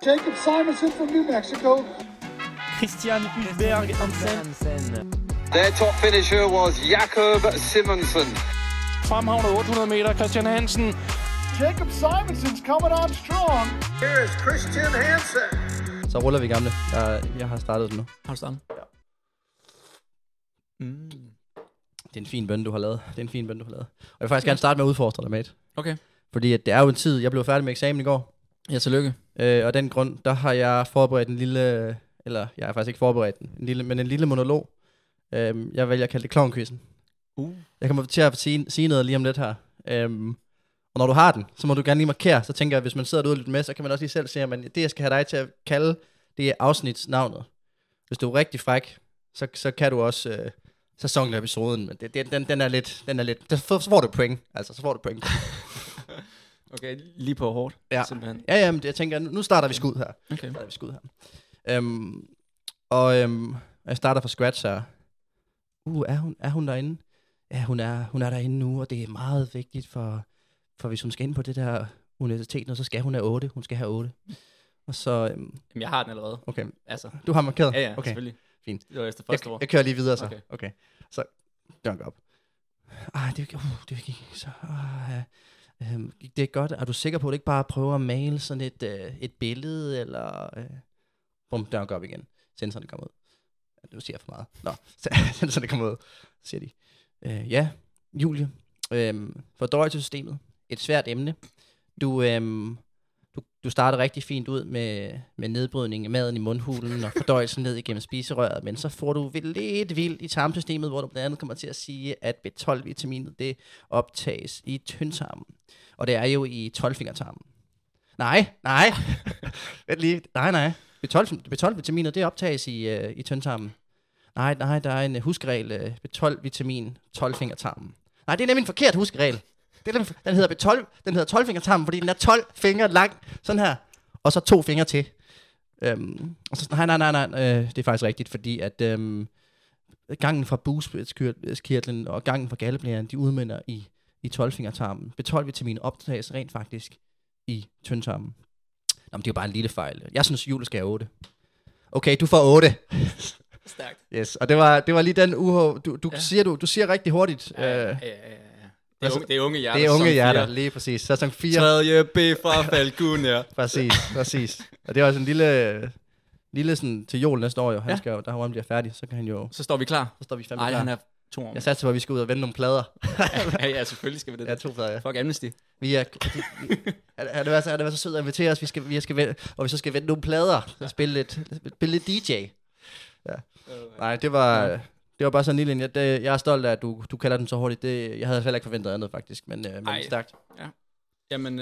Jacob Simonson from New Mexico. Christian Hulberg Hansen. Their top finisher was Jakob Simonsen. Fremhavnet 800 meter, Christian Hansen. Jacob Simonson's coming on strong. Here is Christian Hansen. Så ruller vi gamle. Jeg har startet den nu. Har du startet? Ja. Mm. Det er en fin bønne, du har lavet. Og jeg vil faktisk gerne starte med at udfordre dig, mate. Okay. Fordi at det er jo en tid, jeg blev færdig med eksamen i går. Ja, tillykke. Og af den grund, der har jeg forberedt en lille... Eller, jeg har faktisk ikke forberedt den. Men en lille monolog. Jeg vælger at kalde det klovnquizzen. Jeg kommer til at sige noget lige om lidt her. Og når du har den, så må du gerne lige markere. Så tænker jeg, hvis man sidder derude lidt med, så kan man også lige selv se, at det jeg skal have dig til at kalde, det er afsnitsnavnet. Hvis du er rigtig fræk, så kan du også sæsonen af episoden. Men den er lidt... Så får du point. Altså, så får du point. Okay, lige på hårdt. Ja. Simpelthen. Ja, men jeg tænker, nu starter vi skud her. Okay. Jeg starter fra scratch her. Er hun derinde? Ja, hun er derinde nu, og det er meget vigtigt, for hvis hun skal ind på det der universitet, så skal hun have 8. Hun skal have 8. Og så... Jamen, jeg har den allerede. Okay. Altså. Du har markeret? Ja, okay. Selvfølgelig. Fint. Det var efter første år. Jeg kører lige videre så. Okay. Så, dunk op. Det gik så... det er godt. Er du sikker på, at du ikke bare prøver at male sådan et billede, eller... Bum, dunk op igen. Sensoren kommer ud. Nu siger jeg for meget. Nå, sensoren kommer ud. Så siger de. Ja, Julie. Fordøjelsessystemet. Et svært emne. Du starter rigtig fint ud med nedbrydning af maden i mundhulen og fordøjelsen ned igennem spiserøret, men så får du lidt vildt i tarmsystemet, hvor du blandt andet kommer til at sige, at B12-vitaminet det optages i tyndtarmen. Og det er jo i 12-fingertarmen. Nej. Vent lige. Nej. B12-vitaminet det optages i tyndtarmen. Nej, der er en huskeregel. B12-vitamin 12-fingertarmen. Nej, det er nemlig en forkert huskeregel. Den hedder 12-fingertarmen, fordi den er 12 fingre lang, sådan her, og så 2 fingre til. Og så, nej, det er faktisk rigtigt, fordi at gangen fra bugspidskirtlen og gangen fra galleblæren, de udmønter i 12-fingertarmen. B12-vitamin optages rent faktisk i tyndtarmen. Nå, men det er jo bare en lille fejl. Jeg synes, Julie skal have 8. Okay, du får 8. Stærkt. Yes, og det var lige den du siger rigtig hurtigt. Ja. Det er unge hjerter. Det er unge hjerter, lige præcis. Sæson 4. Tredje B fra Falcon, ja. Præcis. Og det er også en lille sådan til jul næste år jo. Han skal jo, da han bliver færdig, så kan han jo... Så står vi klar. Så står vi fandme klar. Nej, han er 2 år. Jeg satte på, at vi skal ud og vende nogle plader. ja, selvfølgelig skal vi det. Ja, 2 plader, ja. Fuck Amnesty. Vi er... Er det været så sød at invitere os, vi så skal vende nogle plader og spille lidt DJ. Ja. Nej, det var bare sådan en lille... Jeg er stolt af, at du kalder den så hurtigt. Jeg havde heller ikke forventet andet, faktisk, men stærkt. Ja. Jamen,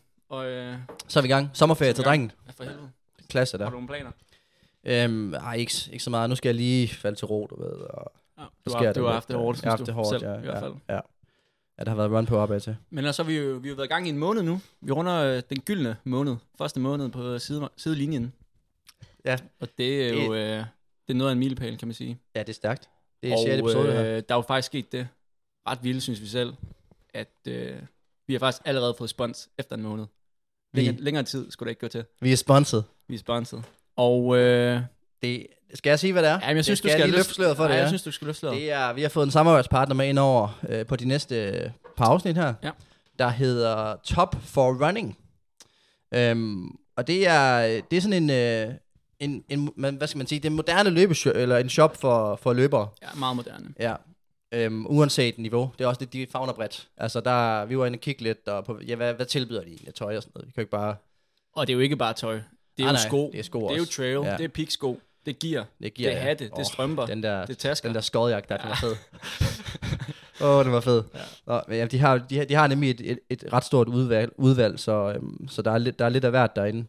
så er vi i gang. Sommerferie til drengen. Ja, for helvede. Klasse der. Har du nogle planer? Ikke så meget. Nu skal jeg lige falde til ro, du ved. Og du har haft det hårdt, jeg har haft det hårdt, selv, i hvert fald. Ja, der har været run på opad til. Men altså, vi har jo været i gang i en måned nu. Vi runder den gyldne måned. Første måned på sidelinjen. Ja. Og det er jo... det er noget af en milepæl, kan man sige. Ja, det er stærkt. Det er 6. episode her. Der er jo faktisk sket det ret vildt, synes vi selv, at vi har faktisk allerede fået spons efter en måned. Længere tid skulle det ikke gå til. Vi er sponset. Og det skal jeg sige, hvad det er? Jamen, jeg synes, du skal løfte sløret for det. Jeg synes, du skal løfte sløret. Vi har fået en samarbejdspartner med ind over på de næste par afsnit her, der hedder Top for Running. Og det er sådan en hvad skal man sige, det er en moderne løbeshop, eller en shop for løbere. Ja, meget moderne. Ja. Uanset niveau. Det er også lidt, de favner bredt. Altså, vi var inde og kigge lidt, og på, hvad tilbyder de egentlig? Tøj og sådan noget. Vi kan jo ikke bare... Og det er jo ikke bare tøj. Det er jo sko. Det er sko også. Det er jo trail. Ja. Det er peaksko. Det er gear. Det er hatte. Det er strømper. Det er tasker. Den der skodjagt, den var fed. Den var fed. Ja. De har nemlig et ret stort udvalg, så der er lidt af hvert derinde.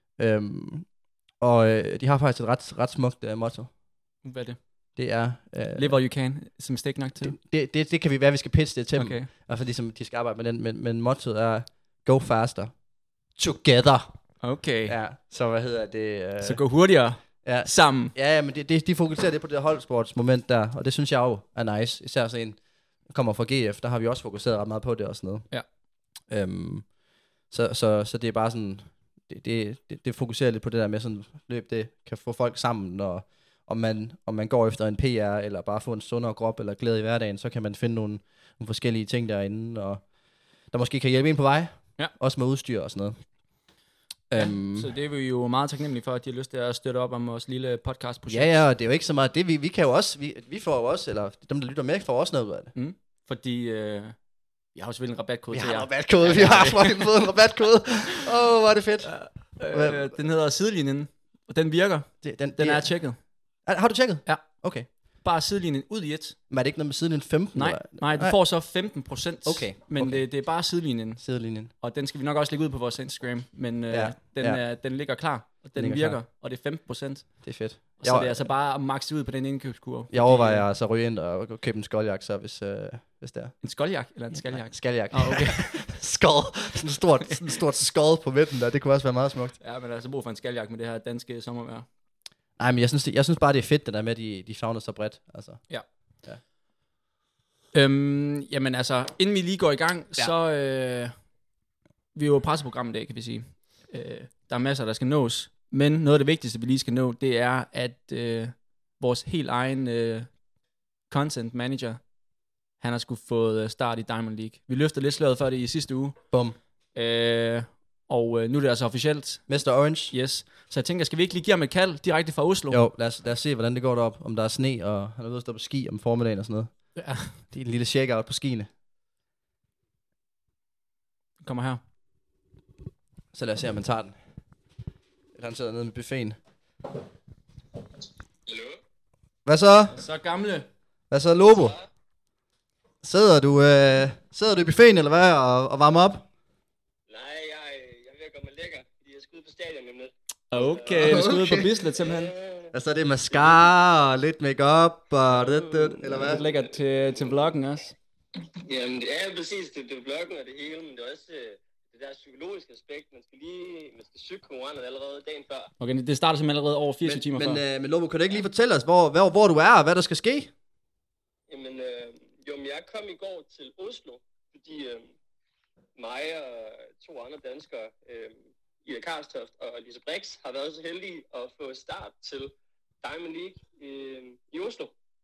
Og de har faktisk et ret smukt motto. Hvad er det? Det er... Live all you can, som stik nok til. Det kan vi skal pitche det til dem. Altså ligesom de skal arbejde med den, men mottoet er go faster. Together. Okay. Ja, så hvad hedder det? Så gå hurtigere. Ja. Sammen. Ja, men de fokuserer det på det der holdsportsmoment der, og det synes jeg jo er nice. Især sådan en kommer fra GF, der har vi også fokuseret ret meget på det og sådan noget. Ja. Så det er bare sådan, det fokuserer lidt på det der med sådan løb, det kan få folk sammen, og om man går efter en PR, eller bare få en sundere krop, eller glæde i hverdagen, så kan man finde nogle forskellige ting derinde, og der måske kan hjælpe en på vej, også med udstyr og sådan noget. Så det er vi jo meget taknemmelige for, at de har lyst til at støtte op om vores lille podcastprojekt. Ja, og det er jo ikke så meget det, vi kan jo også, vi får jo også, eller dem der lytter med, får også noget ud af det. Fordi jeg har jo selvfølgelig en rabatkode til jer. Vi har rabatkode, vi har fået en rabatkode. Hvor er det fedt. Den hedder Sidelinjen, og den virker. Den er tjekket. Har du tjekket? Ja. Okay. Bare Sidelinjen ud i et. Men er det ikke noget med sidelinjen 15? Nej, du får så 15%. Okay. Men det er bare Sidelinjen. Sidelinjen. Og den skal vi nok også lægge ud på vores Instagram. Men den ligger klar, og den virker, klar. Og det er 15%. Det er fedt. Så det er altså bare at makse ud på den indkøbskurve. Jeg overvejer altså at ryge ind og købe en skoljak, så hvis det er. En skoljak eller en skaljak? Skaljak. Okay. Skål. Sådan en stort skål på midten der. Det kunne også være meget smukt. Ja, men der er altså brug for en skaljak med det her danske sommervejr. Nej, men jeg synes bare, det er fedt, det der med, at de favner så bredt. Altså. Ja. Jamen altså, inden vi lige går i gang, så vi er jo et presseprogram i dag, kan vi sige. Der er masser, der skal nås. Men noget af det vigtigste, vi lige skal nå, det er, at vores helt egen content manager, han har sgu fået start i Diamond League. Vi løftede lidt sløret for det i sidste uge. Bum. Og nu er det altså officielt. Mr. Orange. Yes. Så jeg tænker, skal vi ikke lige give ham et kald direkte fra Oslo? Jo, lad os se, hvordan det går derop. Om der er sne, og han er ude at stå på ski om formiddagen og sådan noget. Ja. Det er en lille check-out på skiene. Den kommer her. Så lad os se, om man tager den. Han sidder nede med buffeten. Hallo? Hvad så? Så gamle. Hvad så, Lobo? Sidder du i buffeten, eller hvad, og varmer op? Nej, jeg er ved at gøre mig lækker, fordi jeg skal ud på stadion om lidt. Okay, du skal ud på Bislett simpelthen. Altså, det er mascara og lidt makeup og det, eller hvad? Det lækkert til vloggen også. Jamen, det er præcis, det er vloggen og det hele, men det er også det der psykologiske aspekt. Man skal cykle konkurrenterne allerede dagen før. Okay, det starter simpelthen allerede over 24 timer før. Men Lobo, kan du ikke lige fortælle os, hvor du er, og hvad der skal ske? Jamen, jeg kom i går til Oslo, fordi mig og 2 andre danskere, Ida Karstoft og Lise Brix, har været så heldige at få start til Diamond League i Oslo.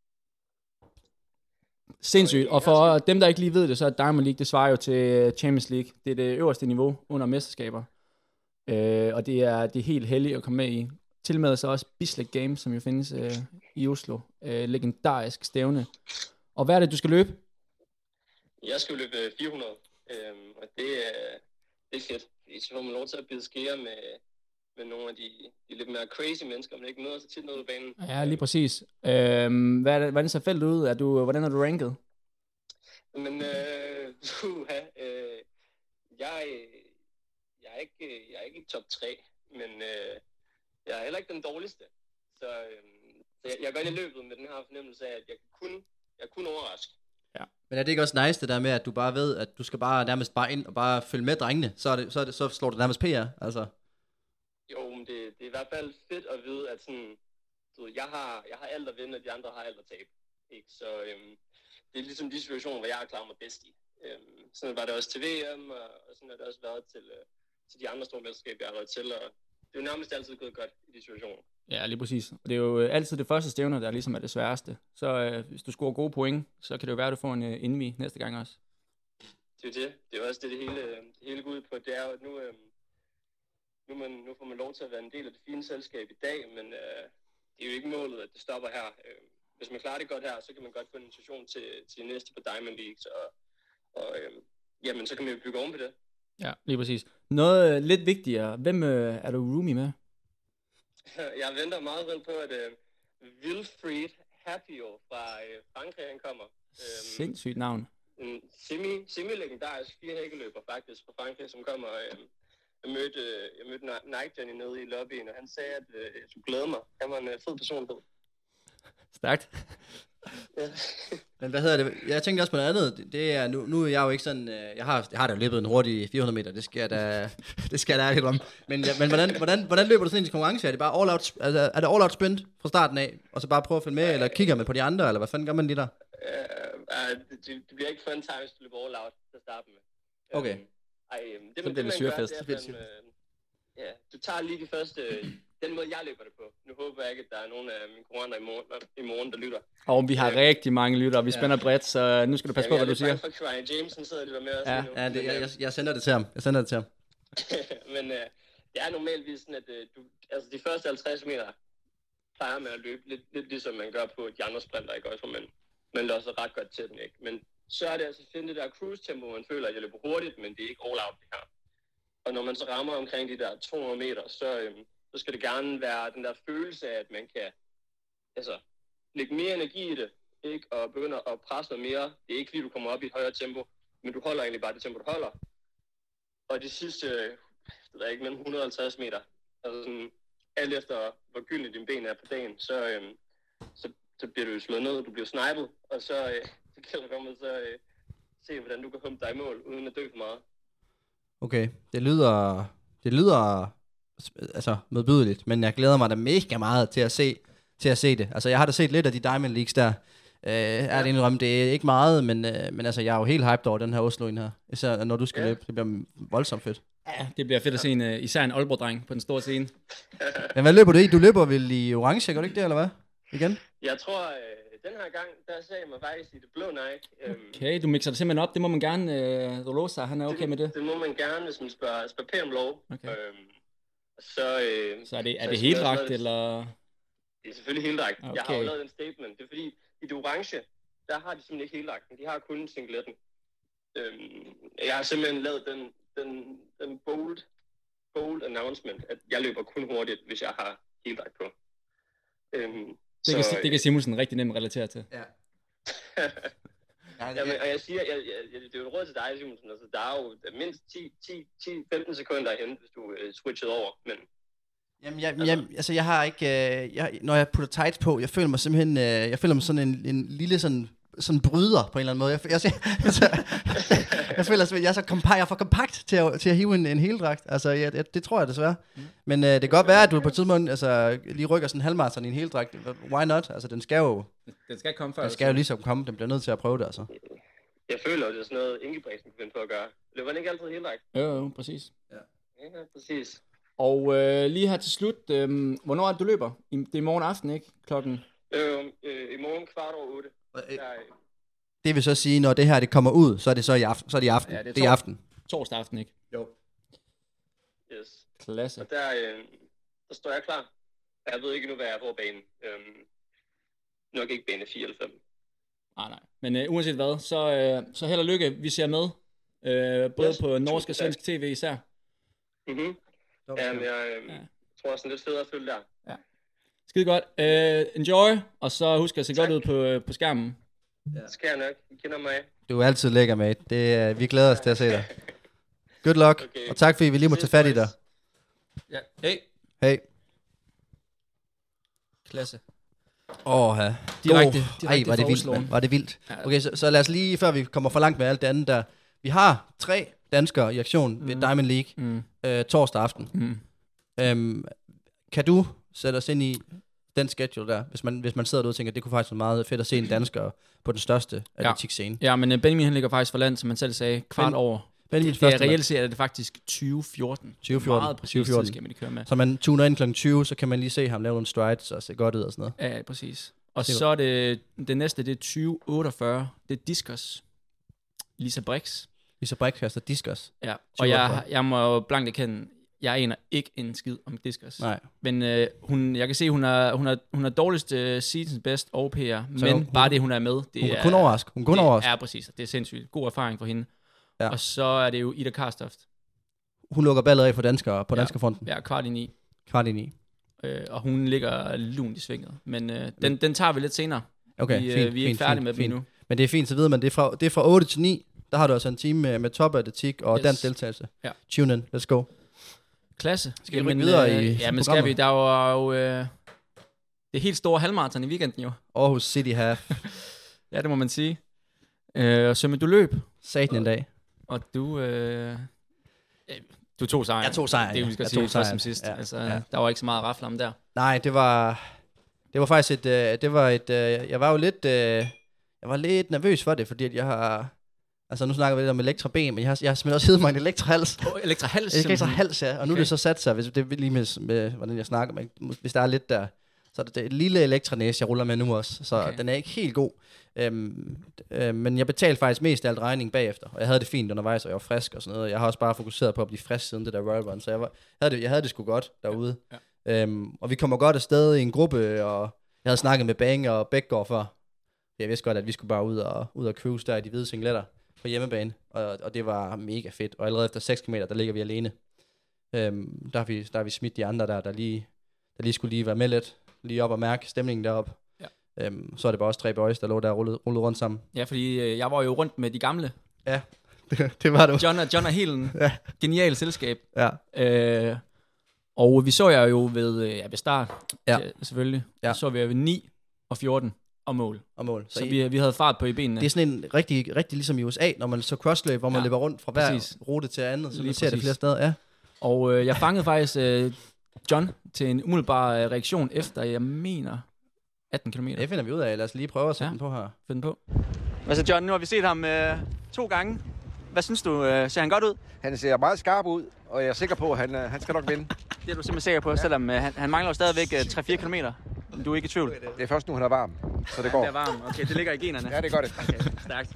Sindssygt, og for dem, der ikke lige ved det, så er Diamond League, det svarer jo til Champions League. Det er det øverste niveau under mesterskaber. Og det er helt heldigt at komme med i. Til med så også Bislett Games, som jo findes i Oslo. Legendarisk stævne. Og hvad er det, du skal løbe? Jeg skal løbe 400, og det er fedt. Så får man lov til at bide skære med nogle af de lidt mere crazy mennesker, man ikke møder så tit nede på banen. Ja, lige præcis. Hvordan ser feltet ud? Hvordan er du ranket? Men jeg er ikke i top 3, men jeg er heller ikke den dårligste. Så jeg går ind i løbet med den her fornemmelse af, at jeg kun overraske. Ja. Men er det ikke også nice det der med, at du bare ved, at du skal nærmest bare ind og bare følge med drengene, så slår du nærmest PR, altså? Jo, men det er i hvert fald fedt at vide, at sådan, jeg har alt at vinde, og de andre har alt at tabe. Ikke? Så det er ligesom de situationer, hvor jeg har klaret mig bedst i. Sådan var det også til VM, og sådan har det også været til de andre store mesterskaber, jeg har været til, og det er jo nærmest altid gået godt i de situationer. Ja, lige præcis. Det er jo altid det første stævne, der ligesom er det sværeste. Så hvis du scorer gode point, så kan det jo være, at du får en indvig næste gang også. Det er jo det. Det er jo også det hele går ud på. Det er jo, at nu får man lov til at være en del af det fine selskab i dag, men det er jo ikke målet, at det stopper her. Hvis man klarer det godt her, så kan man godt få en invitation til næste på Diamond League, jamen så kan man jo bygge oven på det. Ja, lige præcis. Noget lidt vigtigere. Hvem er du roomie med? Jeg venter meget vel på, at Wilfried Happio fra Frankrig, han kommer. Sindssygt navn. En semi-legendarisk 4-hækkeløber faktisk fra Frankrig, som kommer. Jeg mødte Nike Jenny nede i lobbyen, og han sagde, at jeg skulle glæde mig. Han var en fed personlighed. Stærkt. Ja. Men hvad hedder det? Jeg tænkte også på noget andet. Det er, nu er jeg jo ikke sådan... Jeg har da løbet en hurtig 400 meter. Det skal jeg da helt om. Men hvordan løber du sådan en konkurrence? Er det bare all out, altså, er det all out sprint fra starten af? Og så bare prøve at følge med, eller kigger man på de andre? Eller hvad fanden gør man lige der? Det bliver ikke fun times, du løber all out til at starte med. Okay. Det man gør, det er, ja, du tager lige de første, den måde jeg løber det på. Nu håber jeg ikke, at der er nogen af mine konkurrenter i morgen, der lytter. Og vi har rigtig mange lyttere, vi spænder bredt, så nu skal du passe på, hvad du siger. Jeg er lidt bange for Ryan Jameson, sidder lidt med os Ja. nu. Ja, jeg sender det til ham. Men det er normalvis sådan, at altså de første 50 meter plejer man at løbe lidt ligesom man gør på de andre sprinter, ikke også, hvor man låser ret godt til den, ikke? Men så er det altså at finde det der cruise-tempo, man føler, at jeg løber hurtigt, men det er ikke all out det her. Og når man så rammer omkring de der 200 meter, så skal det gerne være den der følelse af, at man kan lægge mere energi i det, ikke? Og begynde at presse noget mere. Det er ikke fordi, du kommer op i et højere tempo, men du holder egentlig bare det tempo, du holder. Og de sidste, det er ikke mellem 150 meter, altså sådan, alt efter hvor gyldne dine ben er på dagen, så bliver du jo slået ned, du bliver snipet, og så gælder det om at se, hvordan du kan humpe dig i mål, uden at dø for meget. Okay, det lyder altså modbydeligt, men jeg glæder mig da mega meget til at se det. Altså, jeg har da set lidt af de Diamond Leagues der. Er det indrømme, det er ikke meget, men altså, jeg er jo helt hyped over den her Oslo-en her. Især når du skal løbe, det bliver voldsomt fedt. Ja, det bliver fedt at se især en Aalborg-dreng på den store scene. Men hvad løber du i? Du løber vel i orange, gør du ikke det, eller hvad? Igen? Jeg tror, den her gang, der sagde jeg mig faktisk i det blå Nike. Okay, du mixer det simpelthen op. Det må man gerne. Rolosa, han er okay med det. Det må man gerne, hvis man spørger pænt om lov. Okay. Så er det heldragt, eller? Det er selvfølgelig heldragt. Okay. Jeg har jo lavet en statement. Det er fordi, i det orange, der har de simpelthen ikke heldragten. De har kun singletten. Jeg har simpelthen lavet den bold announcement, at jeg løber kun hurtigt, hvis jeg har heldragt på. Det kan Simonsen rigtig nemt relatere til. Ja. Jamen, og jeg siger, det er jo et råd til dig, Simonsen. Altså, der er jo mindst 10-15 sekunder at hente, hvis du switchet over. Men Jamen, altså jeg har ikke, når jeg putter tights på, jeg føler mig simpelthen, sådan en lille sådan bryder på en eller anden måde. Jeg føler, at jeg er for kompakt til at hive en heldragt. Altså, det tror jeg desværre. Men det kan godt være, at du på et tidspunkt lige rykker sådan en halvmarathon i en heldragt. Why not? Altså, den skal komme før. Den skal jo ligesom komme. Den bliver nødt til at prøve det, altså. Jeg føler, det er sådan noget, Ingebrigtsen kan finde på at gøre. Løber han ikke altid heldragt? Jo, præcis. Ja, præcis. Og lige her til slut, hvornår er det, du løber? Det er i morgen aften, ikke? Klokken? I morgen 7:15. Det vil så sige, når det her det kommer ud, så er det så i aften. Så er det i aften. Ja, det er i aften. Torsdag aften, ikke? Jo. Yes. Klasse. Og der står jeg klar. Jeg ved ikke nu, hvad jeg får banen. Nok ikke bane 4 eller 5. Nej. Men uanset hvad, så held og lykke. Vi ser med. Både på norsk og svensk tv især. Mhm. Jamen, jeg tror også, det er lidt federe at følge der. Ja. Skide godt. Enjoy, og så husk at se godt ud på skærmen. Ja. Skal jeg nok. I kender mig. Du er altid lækker, mate. Vi glæder os til at se dig. Good luck, okay. Og tak fordi vi lige må tage fat i dig. Ja. Hey. Klasse. Direkte var det vildt, man. Var det vildt. Okay, så lad os lige, før vi kommer for langt med alt det andet der. Vi har 3 danskere i aktion ved Diamond League torsdag aften. Kan du sætte os ind i den schedule der, hvis man sidder derude og tænker, det kunne faktisk være meget fedt at se en dansker på den største atletikscene. Ja, men Benjamin han ligger faktisk for land, som man selv sagde, kvart over. Det er reelt set, er det faktisk 2014. Meget præcis skal man køre med. Så man tuner ind kl. 20, så kan man lige se ham lave nogle strides og se godt ud og sådan noget. Ja, præcis. Og så er det næste, det er 2048. Det er discus. Lisa Brix kaster discus. Ja, og jeg må jo blankt erkende, jeg aner ikke en skid om discus. Nej. Men jeg kan se, hun er dårligst seasons best og PR, men bare det, hun er med. Det hun kan kun overraske. Ja, præcis. Det er sindssygt. God erfaring for hende. Ja. Og så er det jo Ida Karstoft. Hun lukker ballet af for danskere på danskerfronten. Ja, kvart i 9. Og hun ligger lunt i svinget. Men den tager vi lidt senere. Okay, vi er ikke færdige med dem endnu. Men det er fint, så ved man, det er fra 8 til 9. Der har du altså en time med topatletik og dansk deltagelse. Ja. Tune in, let's go. Klasse. Skal vi rykke videre i men skal vi? Der var jo det helt store halvmarathon i weekenden jo. Aarhus City Half. Ja, det må man sige. Så men du løb. Satan en dag. Og du tog sejren. Jeg tog sejren. Det vi skal sige først som sidst. Ja. Altså, der var ikke så meget at rafle om der. Nej, det var faktisk jeg var lidt nervøs for det, fordi at jeg Altså nu snakker vi lidt om elektra-ben, men jeg har simpelthen også heddet mig en elektra-hals. Elektra-hals? Elektra-hals, ja. Og nu er det så sat sig, hvis det er lige med, hvordan jeg snakker, men hvis der er lidt der, så er det et lille elektranæs, jeg ruller med nu også, så den er ikke helt god. Men jeg betalte faktisk mest af alt regning bagefter, og jeg havde det fint undervejs, og jeg var frisk og sådan noget. Jeg har også bare fokuseret på at blive frisk siden det der Royal Run, så jeg havde det sgu godt derude. Ja. Og vi kommer godt afsted i en gruppe, og jeg havde snakket med Bang og Bækgaard før. Jeg vidste godt, at vi skulle bare ud og cruise der i de hvide singletter på hjemmebane, og det var mega fedt. Og allerede efter 6 km, der ligger vi alene. Der har vi smidt de andre der lige skulle være med lidt, lige op og mærke stemningen deroppe. Ja. Så er det bare også 3 boys, der lå der og rullede rundt sammen. Ja, fordi jeg var jo rundt med de gamle. Ja, det var du. John og Helen. Ja. Genial selskab. Ja. Og vi så jer jo ved start, selvfølgelig. Ja. Så vi jo ved 9 og 14 og mål. Så vi havde fart på i benene. Det er sådan en rigtig ligesom i USA, når man så crossløb, hvor man løber rundt fra hver rute til andet, så man ser det flere steder. Ja. Og jeg fangede faktisk John til en umiddelbar reaktion efter, jeg mener, 18 km. Det finder vi ud af. Lad os lige prøve at sætte den på her. Find på. Hvad så John, nu har vi set ham 2 gange. Hvad synes du? Ser han godt ud? Han ser meget skarp ud, og jeg er sikker på, at han skal nok vinde. Det er du simpelthen sikker på, selvom han mangler jo stadigvæk 3-4 km. Du er ikke i tvivl? Det er først nu, han er varm, så det går. Han er varm. Okay, det ligger i generne. Ja, det gør det. Okay, stærkt.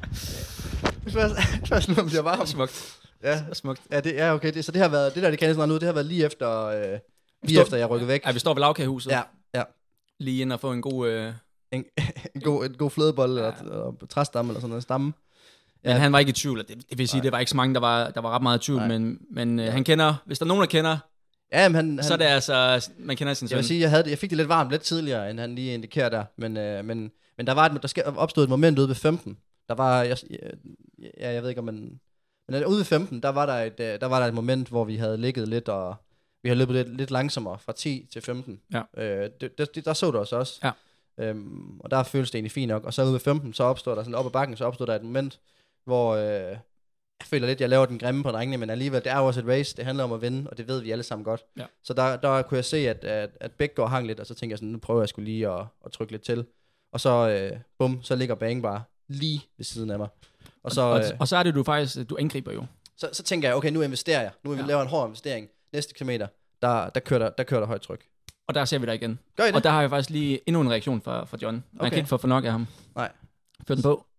Først nu, han bliver varm. Smukt. Ja, smukt. Ja, okay. Så det har været, det kan jeg nu, det har været lige efter jeg rykkede væk. Ja, vi står ved lavkagehuset. Ja. Lige ind og få en god... En god flødebolle eller træstamme eller sådan noget stamme. Men han var ikke i tvivl. Det vil sige, det var ikke så mange, der var ret meget i tvivl, men han kender, hvis der er nogen, der kender, så er det altså, man kender sin søn. Jeg vil sige, jeg fik det lidt varmt lidt tidligere, end han lige indikerer der, men der opstod et moment ude ved 15. Der var, jeg ved ikke om man, men ude ved 15, der var der et moment, hvor vi havde ligget lidt, og vi havde løbet lidt langsommere fra 10 til 15. Ja. Der så du også. Ja. Og der føltes det egentlig fint nok. Og så ude ved 15, så opstod der sådan op ad bakken, så opstod der et moment, hvor jeg føler lidt, jeg laver den grimme på drengene, men alligevel, det er jo også et race, det handler om at vinde, og det ved vi alle sammen godt. Ja. Så der kunne jeg se, at Bækgaard hang lidt, og så tænkte jeg sådan, nu prøver jeg sgu lige at trykke lidt til. Og så, så ligger Bang bare lige ved siden af mig. Og så er det du faktisk, du angriber jo. Så tænker jeg, okay, nu investerer jeg. Nu laver en hård investering. Næste kilometer, der kører der højt tryk. Og der ser vi dig igen. Gør I det? Og der har jeg faktisk lige endnu en reaktion fra John. Okay. Man kan ikke få for nok af ham. Nej. Før den på.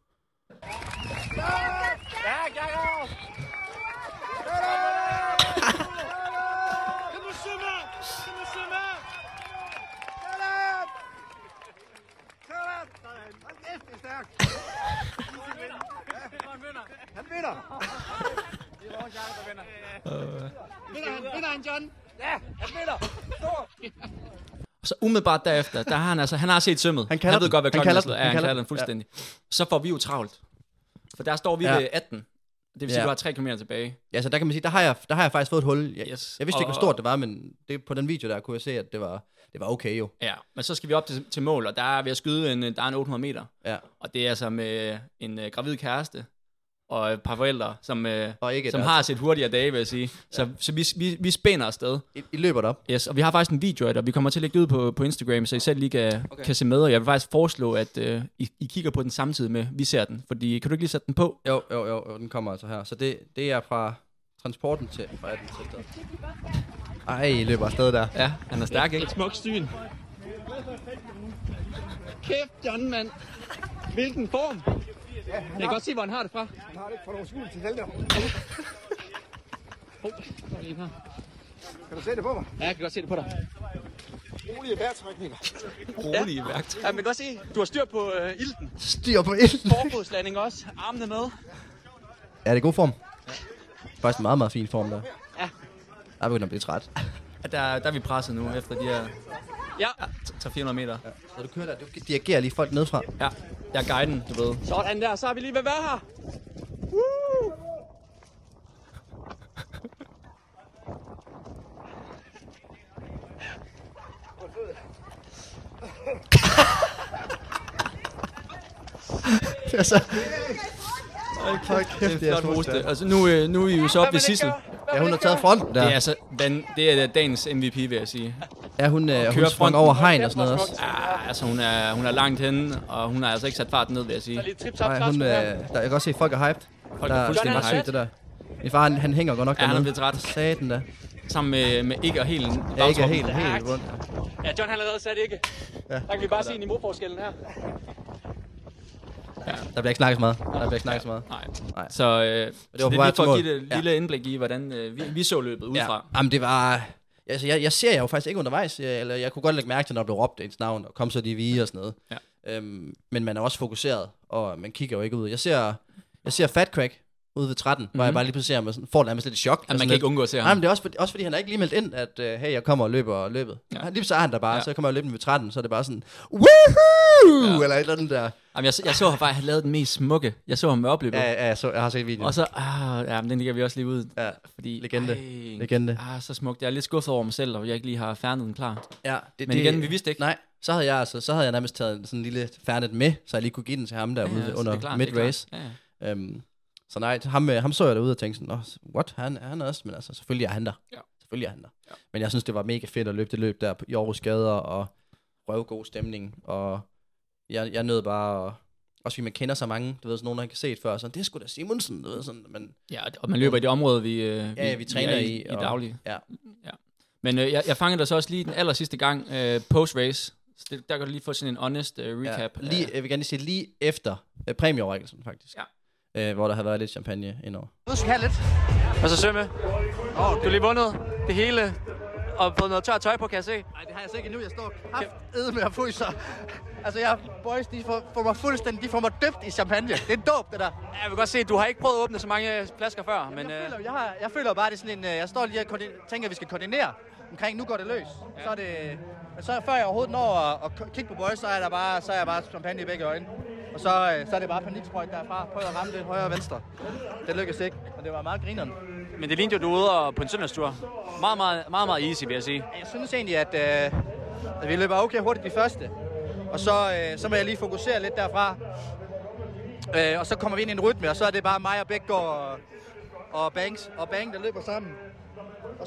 Han vinder! Vinder han, John? Ja, han vinder! Stor! Og så umiddelbart derefter, der har han har set sømmet. Han ved godt, hvad klokken er. Han kalder den fuldstændig. Ja. Så får vi jo travlt. For der står vi ved 18. Det vil sige, du har 3 km tilbage. Ja, så der kan man sige, der har jeg faktisk fået et hul. Jeg vidste ikke, hvor stort det var, men på den video der kunne jeg se, at det var okay jo. Ja, men så skal vi op til mål, og der er ved at skyde der er en 800 meter. Ja. Og det er altså med en gravid kæreste og et par forældre, som har set hurtigere dage, vil jeg sige. Ja. Så vi spænder afsted. I løber det op? Yes, og vi har faktisk en video af det, og vi kommer til at lægge det ud på Instagram, så I selv lige kan se med, og jeg vil faktisk foreslå, at I kigger på den samtidig med, vi ser den. Fordi, kan du ikke lige sætte den på? Jo, den kommer altså her. Så det er fra transporten til 18 til stedet. Ej, I løber afsted der. Ja, han er stærk, ikke? Et smukt syn. Kæft, John, mand. Hvilken form. Ja, jeg kan godt se, hvor han har det fra. Han har det fra nogle skjul til felter. Kan du se det på mig? Ja, jeg kan godt se det på dig. Rolige vejrtrækninger. Rolige vejrtrækninger. Ja, man kan godt se, du har styr på ilten. Styr på ilten. Forfodslanding også. Armene med. Ja, det er god form. Ja. Faktisk en meget, meget fin form der. Ja. Jeg begynder at blive træt. Der er vi presset nu, efter de her 300-400 meter. Ja. Så du kører der, du dirigerer lige folk nedfra. Ja, jeg er guiden, du ved. Sådan der, så har vi lige ved at være her. Det er så... Kæft, det er flot hoste. Altså, nu er I jo så op ved Sissel. Ja, hun har taget fronten der. Det er dagens MVP, vil jeg sige. Ja, hun kører sprang fronten. over hegn og sådan noget også. Ja, altså hun er langt henne, og hun har altså ikke sat farten ned, vil jeg sige. Nej, jeg kan også se, at folk er hyped. Folk er fuldstændig det er hyped. sygt, det der. Min far, han hænger godt nok Ja, han er dernede. blevet træt. Satan da. Sammen med ikke og helt. Ja, ikke helt rundt. Ja, John han har allerede sat ikke. Ja. Der kan vi bare se niveauforskellen her. Der bliver ikke snakket så meget. Nej. Så det var på det vej er lige til for mål. at give det et lille indblik i, hvordan vi så løbet udefra. Jamen, det var... Altså, jeg ser jo faktisk ikke undervejs. Jeg kunne godt lægge mærke til, når der blev råbt ens navn, og kom så de vige og sådan noget. Ja. Men man er også fokuseret, og man kigger jo ikke ud. Jeg ser Fat Crack ude ved 13, hvor jeg bare lige pludselig ser ham, sådan, får nærmest lidt chok. Man kan ikke undgå at se ham. Nej, men det er også fordi han er ikke lige meldt ind, at hey, jeg kommer og løber løbet. Ja. Lige så er han der bare, så kommer jeg løbende ved 13, så er det bare sådan, woohoo! Eller et eller andet der. Jamen, jeg så ham faktisk, han lavede den mest smukke. Jeg så ham med opløbet. Ja, jeg har set videoen. Og så, men den ligger vi også lige ud. Ja, fordi, legende. Så smukt. Jeg er lidt skuffet over mig selv, og jeg ikke lige har færnet den klar. Ja, men igen, vi vidste ikke. Nej, så havde jeg nærmest taget sådan en lille Fernet med, så jeg lige kunne give den til ham derude under mid-race. Ja. Så nej, ham så jeg derude og tænkte sådan, what, han er han også, men altså, selvfølgelig er han der. Ja. Selvfølgelig er han der. Ja. Men jeg synes, det var mega fedt at løbe det løb der i Aarhus gader, og røvgod stemning, og jeg nød bare, også fordi man kender så mange, du ved, sådan nogen, der ikke har set før, sådan, det er sgu da Simonsen, du ved, sådan, men... Ja, og man løber i det område, vi træner i daglig. Ja. Men jeg fangede dig så også lige den aller sidste gang, post-race. Der kan du lige få sådan en honest recap. Ja, jeg vil gerne lige sige, lige efter præmieoverrækkelsen, faktisk. Ja. Hvor der har været lidt champagne indover. Du skal have lidt. Hvad så Sømme? Du har lige vundet det hele, og fået noget tørt tøj på, kan jeg se. Nej, det har jeg så ikke endnu. Jeg står kraftedme og fryser. Altså, boys, de får mig fuldstændig, de får mig døbt i champagne. Det er dåb, det der. Ja, jeg vil godt se, at du har ikke prøvet at åbne så mange flasker før, men... Jeg føler bare, det er sådan en... Jeg står lige og tænker, at vi skal koordinere omkring, nu går det løs. Ja. Så er det... Men så før jeg overhovedet når at kigge på boys, så er jeg bare champagne i begge øjne. Og så er det bare paniksprøjt derfra. Prøv at ramme det højre og venstre. Det lykkedes ikke, og det var meget grineren. Men det lignede jo, du er ude på en søndagstur. Meget easy, vil jeg sige. Jeg synes egentlig, at vi løber okay hurtigt de første. Og så må jeg lige fokusere lidt derfra. Og så kommer vi ind i en rytme, og så er det bare mig og Bækgaard og Bang, der løber sammen. Og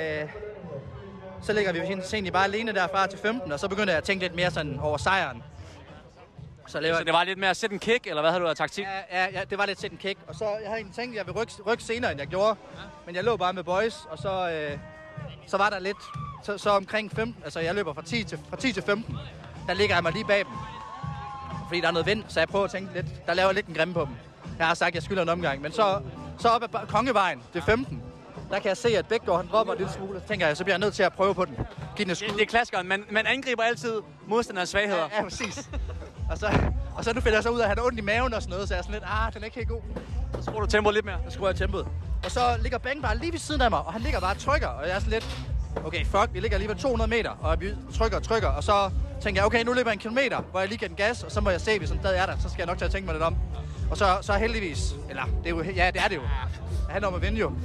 så ligger vi egentlig bare alene derfra til 15, og så begynder jeg at tænke lidt mere sådan over sejren. Så det var lidt mere at sætte en kick, eller hvad havde du af taktik? Ja, det var lidt sætte en kick. Og så jeg havde egentlig tænkt, at jeg ville rykke senere, end jeg gjorde. Ja. Men jeg lå bare med boys, og så var der lidt... Så omkring 15, altså jeg løber fra 10 til 15, der ligger jeg mig lige bag dem. Fordi der er noget vind, så jeg prøver at tænke lidt, der laver lidt en grimme på dem. Jeg har sagt, at jeg skylder en omgang, men så op ad Kongevejen, det er 15. Der kan jeg se, at Bækgaard han dropper en lille smule, så tænker jeg, så bliver jeg nødt til at prøve på den. Giv den et skud. Det er klassikeren, man angriber altid modstanderens svagheder. Ja, præcis. Og så nu finder jeg så ud af, at han har ondt i maven og sådan noget, så jeg er sådan lidt, den er ikke helt god. Så skruer du tempoet lidt mere? Så skruer jeg tempoet. Og så ligger Bang bare lige ved siden af mig, og han ligger bare og trykker, og jeg er sådan lidt, okay, fuck, vi ligger lige ved 200 meter, og vi trykker, og så tænker jeg, okay, nu løber jeg 1 kilometer, hvor jeg lige giver den gas, og så må jeg se, hvis han stadig er der, så skal jeg nok til at tænke mig lidt om. Og så heldigvis, eller det er jo, ja, det er det jo. Han er om at vinde jo.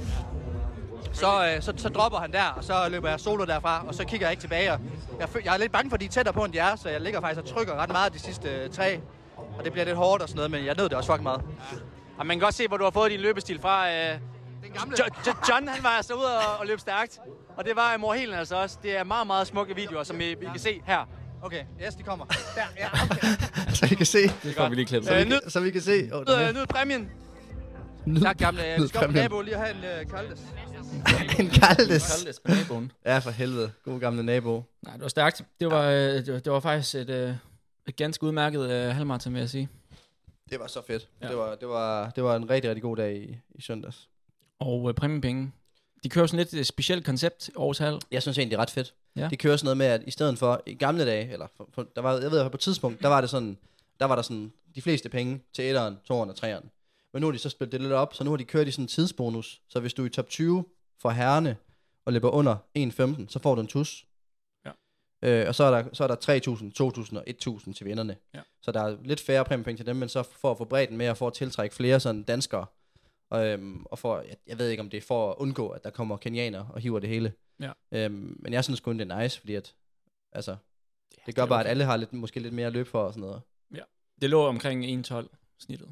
Så dropper han der, og så løber jeg solo derfra, og så kigger jeg ikke tilbage. Jeg er lidt bange for, at de er tættere på, end de er, så jeg ligger faktisk og trykker ret meget de sidste 3. Og det bliver lidt hårdt og sådan noget, men jeg nød det også fucking meget. Ja, man kan godt se, hvor du har fået din løbestil fra. Den gamle. John, han var altså ude og løbe stærkt, og det var Mor Helen altså også. Det er meget smukke videoer, som vi kan se her. Okay, yes, de kommer. Der, ja, okay. Så I kan se. Det får vi lige klippet. Så vi kan se. Nyd præmien. Tak, gamle. Vi skal op på nabo lige have en kaldes. En kaldes. Kaldes på naboen. Ja, for helvede. God gamle nabo. Nej, det var stærkt. Det var faktisk et ganske udmærket halvmarathon, vil jeg sige. Det var så fedt. Ja. Det var en rigtig, rigtig god dag i søndags. Og præmiepenge. De kører sådan lidt et specielt koncept Aarhus Hal. Jeg synes egentlig, det er ret fedt. Ja. De kører sådan noget med, at i stedet for i gamle dage, eller der var, jeg ved på et tidspunkt, der var der sådan de fleste penge til 1'eren, 2'eren og 3'eren. Men nu har de så spillet det lidt op, så nu har de kørt i sådan en tidsbonus. Så hvis du er i top 20 for herrene og løber under 1.15, så får du en tus. Ja. Og så er der 3.000, 2.000 og 1.000 til vinderne. Ja. Så der er lidt færre præmiepenge til dem, men så for at få bredden med og for at tiltrække flere sådan danskere. Og for, jeg ved ikke om det er for at undgå, at der kommer kenianer og hiver det hele. Ja. Men jeg synes kun det er nice, fordi at, altså, det gør bare, at alle har måske lidt mere løb for og sådan noget. Ja. Det lå omkring 1.12 snittet.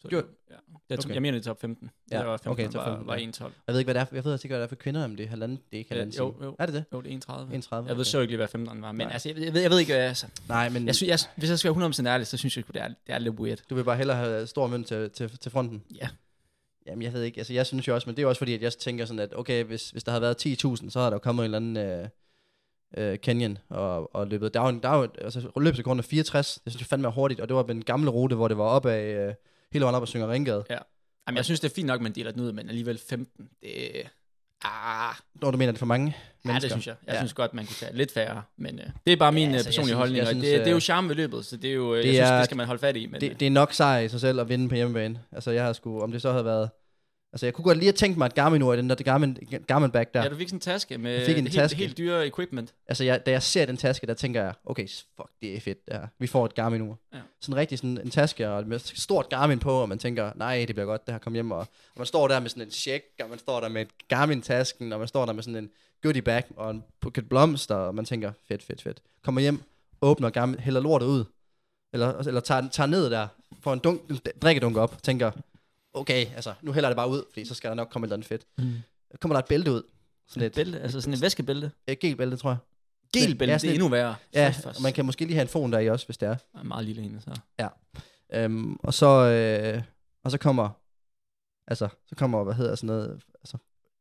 Så Jo. ja. Okay. Jeg mener, det er top 15. Ja, Det var 15, okay, top 15, var ja. 1-12. Jeg ved ikke, hvad det er. Jeg ved ikke, hvad det er for kvinder, om det er halvanden. Det er ikke halvanden Jo, time. jo. Er det det? Jo, det er 31. 31. Jeg ved så ikke lige, hvad 15 var. Men Nej. altså, jeg ved ikke, altså... Nej, men Hvis jeg skal være 100% ærlig, så synes jeg, det er lidt weird. du vil bare hellere have stor mønt til fronten. Ja. Jamen, jeg ved ikke. Altså, jeg synes jo også, men det er også fordi, at jeg tænker sådan, at okay, hvis der havde været 10.000, så havde der jo kommet en eller anden Canyon og løbet. Der er jo altså, løbsrekorden er 64. Det synes jeg fandme er hurtigt, og det var den gamle rute, hvor det var op af hele vejen op ad Synger Ringgade. Ja. Jamen, jeg synes, det er fint nok, man deler den ud, men alligevel 15, det... Når du mener, det er for mange mennesker? Ja, det synes jeg. Jeg synes godt, man kunne tage lidt færre, men det er bare min personlige holdning, og det er jo charme ved løbet, så det er jo, jeg synes, det skal man holde fat i. Men, det er nok sejr i sig selv at vinde på hjemmebane. Altså, jeg har om det så havde været... Altså, jeg kunne godt lige have tænkt mig et Garmin-ur i den der Garmin-bag der. Ja, du fik sådan en taske med helt dyre equipment. Altså, da jeg ser den taske, der tænker jeg, okay, fuck, det er fedt det her. Vi får et Garmin-ur. Ja. Sådan rigtig sådan en taske, og med stort Garmin på, og man tænker, nej, det bliver godt, det her, kom hjem. Og man står der med sådan en check, og man står der med et Garmin-tasken, og man står der med sådan en goodie bag, og en buket blomster, og man tænker, fedt. Kommer hjem, åbner Garmin, hælder lortet ud, eller tager ned der, får en drikkedunk op, tænker, okay, altså, nu hælder det bare ud, fordi så skal der nok komme et eller andet fedt. Kommer der et bælte ud? Sådan et bælte, altså sådan et væskebælte? Et gelbælte, tror jeg. Gelbælte, det er endnu værre. Ja, og man kan måske lige have en fon der i også, hvis det er. Ja, meget lille en, så. Ja. Og så kommer, hvad hedder sådan noget, altså,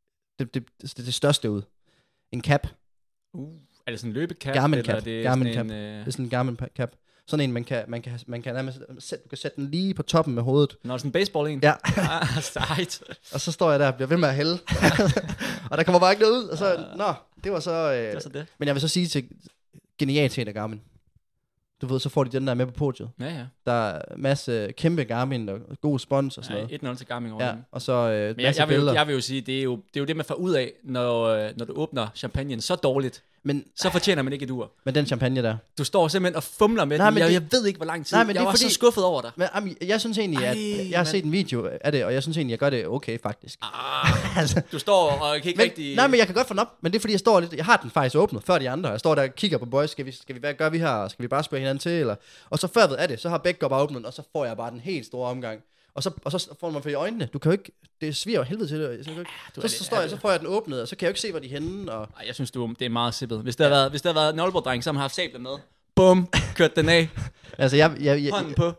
det største ud. En cap. Er det sådan en løbecap? Garmin cap. Det Garmin cap. Det er sådan en Garmin cap. Sådan en, man kan nærmest du kan sætte den lige på toppen med hovedet. Nå, sådan en baseball en? Ja. Sejt. Og så står jeg der og bliver ved med at hælde. Og der kommer bare ikke noget ud. Og så, det var så... det var så det. Men jeg vil så sige til genialitet af Garmin. Du ved, så får de den der med på podiet. Ja. Der er masse kæmpe Garmin og god spons og sådan noget. 1-0 til Garmin. Ja, og så jeg vil jo sige, det er jo det, man får ud af, når du åbner champagnen så dårligt. Men så fortjener man ikke et ur. Men den champagne der. Du står simpelthen og fumler med den. Jeg ved ikke, hvor lang tid. Jeg var så skuffet over dig. Men jeg synes egentlig, at jeg har set en video af det, og jeg synes egentlig, jeg gør det okay, faktisk. Altså, du står og kan ikke rigtig... Nej, men jeg kan godt få den op, men det er fordi, jeg står lidt... Jeg har den faktisk åbnet før de andre. Jeg står der og kigger på boys. Hvad gør vi her? Skal vi bare spørge hinanden til? Eller? Og så før ved af det, så har begge bare åbnet, og så får jeg bare den helt store omgang. Og så får man for i øjnene. Du kan jo ikke... Det sviger jo helvede til det. Så får jeg den åbnet, og så kan jeg jo ikke se, hvor de er henne. Og... Jeg synes, det er meget sippet. Hvis der havde været en Aalborg-dreng, som har haft sablen med, bum, kørt den af. Altså, jeg hånden på.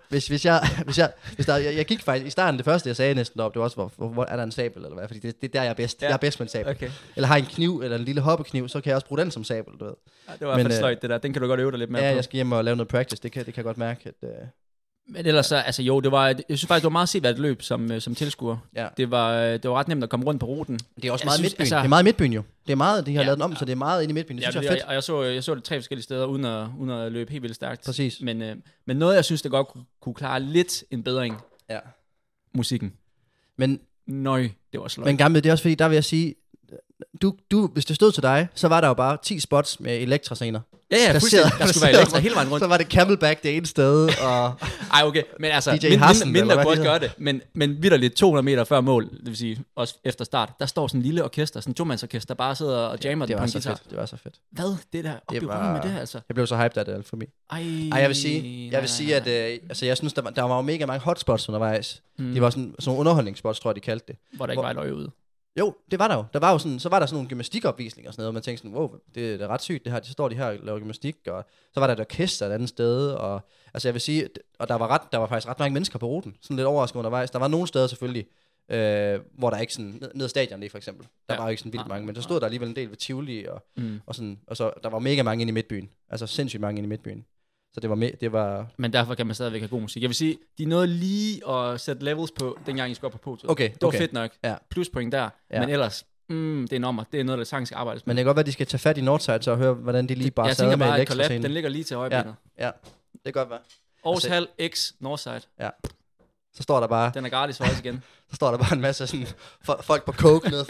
Jeg gik faktisk i starten, det første, jeg sagde næsten op, det var også, hvor er der en sabel, eller hvad? Fordi det er der, jeg er bedst. Ja. Jeg er bedst med en sabel. Okay. Eller har en kniv, eller en lille hoppekniv, så kan jeg også bruge den som sabel, du ved. Ja, det var i hvert fald sløjt, det der. Den kan du godt øve dig lidt mere på. Ja, jeg skal hjem og lave noget practice. Det kan jeg godt mærke, at... Men ellers så, altså jo, jeg synes faktisk, det var meget seværdigt løb som tilskuer. Ja. Det var ret nemt at komme rundt på ruten. Det er også meget midtbyen. Altså, det er meget midtbyen jo. Det er meget, de har lavet den om, så det er meget inde i midtbyen. Det synes jeg er fedt. Og jeg så det 3 forskellige steder, uden at løbe helt vildt stærkt. Præcis. Men noget, jeg synes, det godt kunne klare lidt en bedring. Ja. Musikken. Men... Nøj, det var sløjt. Men gamle, det er også fordi, der vil jeg sige, hvis det stod til dig, så var der jo bare 10 spots med elektrascener. Ja, fuldstændig. Der skulle være elektra hele vejen rundt. Så var det Camelback det ene sted, og... Ej, okay, men altså, mindre godt gøre det, men vitterligt 200 meter før mål, det vil sige, også efter start, der står sådan en lille orkester, sådan en tomandsorkester, der bare sidder og jammer den på en guitar. Det var så fedt. Hvad? Det der op i ryggen med det, altså? Jeg blev så hyped af det alt for mig. Jeg vil sige, at altså, jeg synes, der var jo mega mange hotspots undervejs. De var sådan underholdningsspots, tror jeg, de kaldte det. Hvor der ikke var et øje ude. Jo, det var der jo. Så var der sådan nogle gymnastikopvisninger og sådan noget, og man tænkte sådan, wow, det er ret sygt det her. Så står de her og laver gymnastik, og så var der et orkester et andet sted, og altså jeg vil sige, og der var faktisk ret mange mennesker på ruten, sådan lidt overraskende undervejs. Der var nogle steder selvfølgelig, hvor der ikke sådan, ned stadion lige for eksempel, der var ikke sådan vildt mange, men så stod der alligevel en del ved Tivoli, og så der var mega mange inde i midtbyen, altså sindssygt mange inde i midtbyen. Så det var... Men derfor kan man stadigvæk have god musik. Jeg vil sige, de nåede lige at sætte levels på, dengang I skulle op på podiet. Okay. Det var fedt nok. Ja. Pluspoint der. Ja. Men ellers, det er nummer. Det er noget, der sagtens skal arbejdes med. Men det kan godt være, at de skal tage fat i Northside, så og høre, hvordan de lige bare sad med elektroscenen. Den ligger lige til højbenet. Ja, det kan godt være. Aarhus Hall X Northside. Ja. Så står der bare... Den er gratis for os igen. Så står der bare en masse sådan, folk på coke nede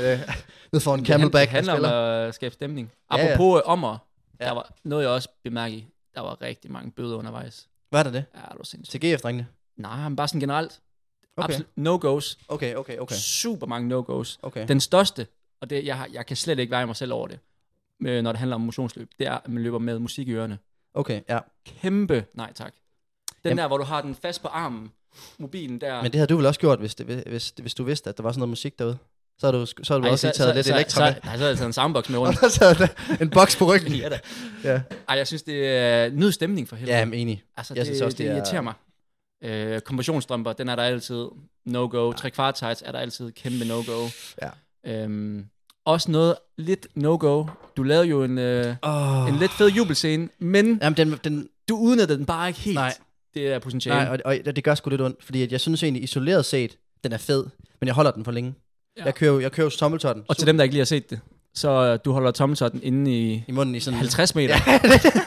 foran Camelback. Det handler om at skabe stemning. Apropos ommer, der var noget, jeg også bemærkede. Der var rigtig mange bøder undervejs. Hvad er det? Ja, det var sindssygt. Til GF-drengene? Nej, men bare sådan generelt. Okay. Absolut no-goes. Okay. Super mange no-goes. Okay. Den største, og det, jeg kan slet ikke veje mig selv over det, når det handler om motionsløb, det er, at man løber med musik i ørerne. Okay, ja. Kæmpe nej tak. Den der, hvor du har den fast på armen, mobilen der. Men det havde du vel også gjort, hvis du vidste, at der var sådan noget musik derude? Så har du også lige taget lidt elektro med. Nej, så havde jeg taget en soundbox med rundt. Og så havde en boks på ryggen. Ja da. Ja. Ej, jeg synes, det er nyd stemning for helvede. Ja, jeg er enig. Altså, Jeg synes også, det irriterer mig. Kompressionsstrømper, den er der altid no-go. 3/4 tights er der altid kæmpe no-go. Ja. Også noget lidt no-go. Du lavede jo en lidt fed jubelscene, men Jamen, du udnyttede den bare ikke helt. Nej. Det er potentiale. Nej, og det gør sgu lidt ondt, fordi at jeg synes egentlig isoleret set, den er fed, men jeg holder den for længe. Ja. Jeg kører jo tommeltotten. Og til dem, der ikke lige har set det, så du holder tommeltotten inde i munden i sådan 50 meter. Ja,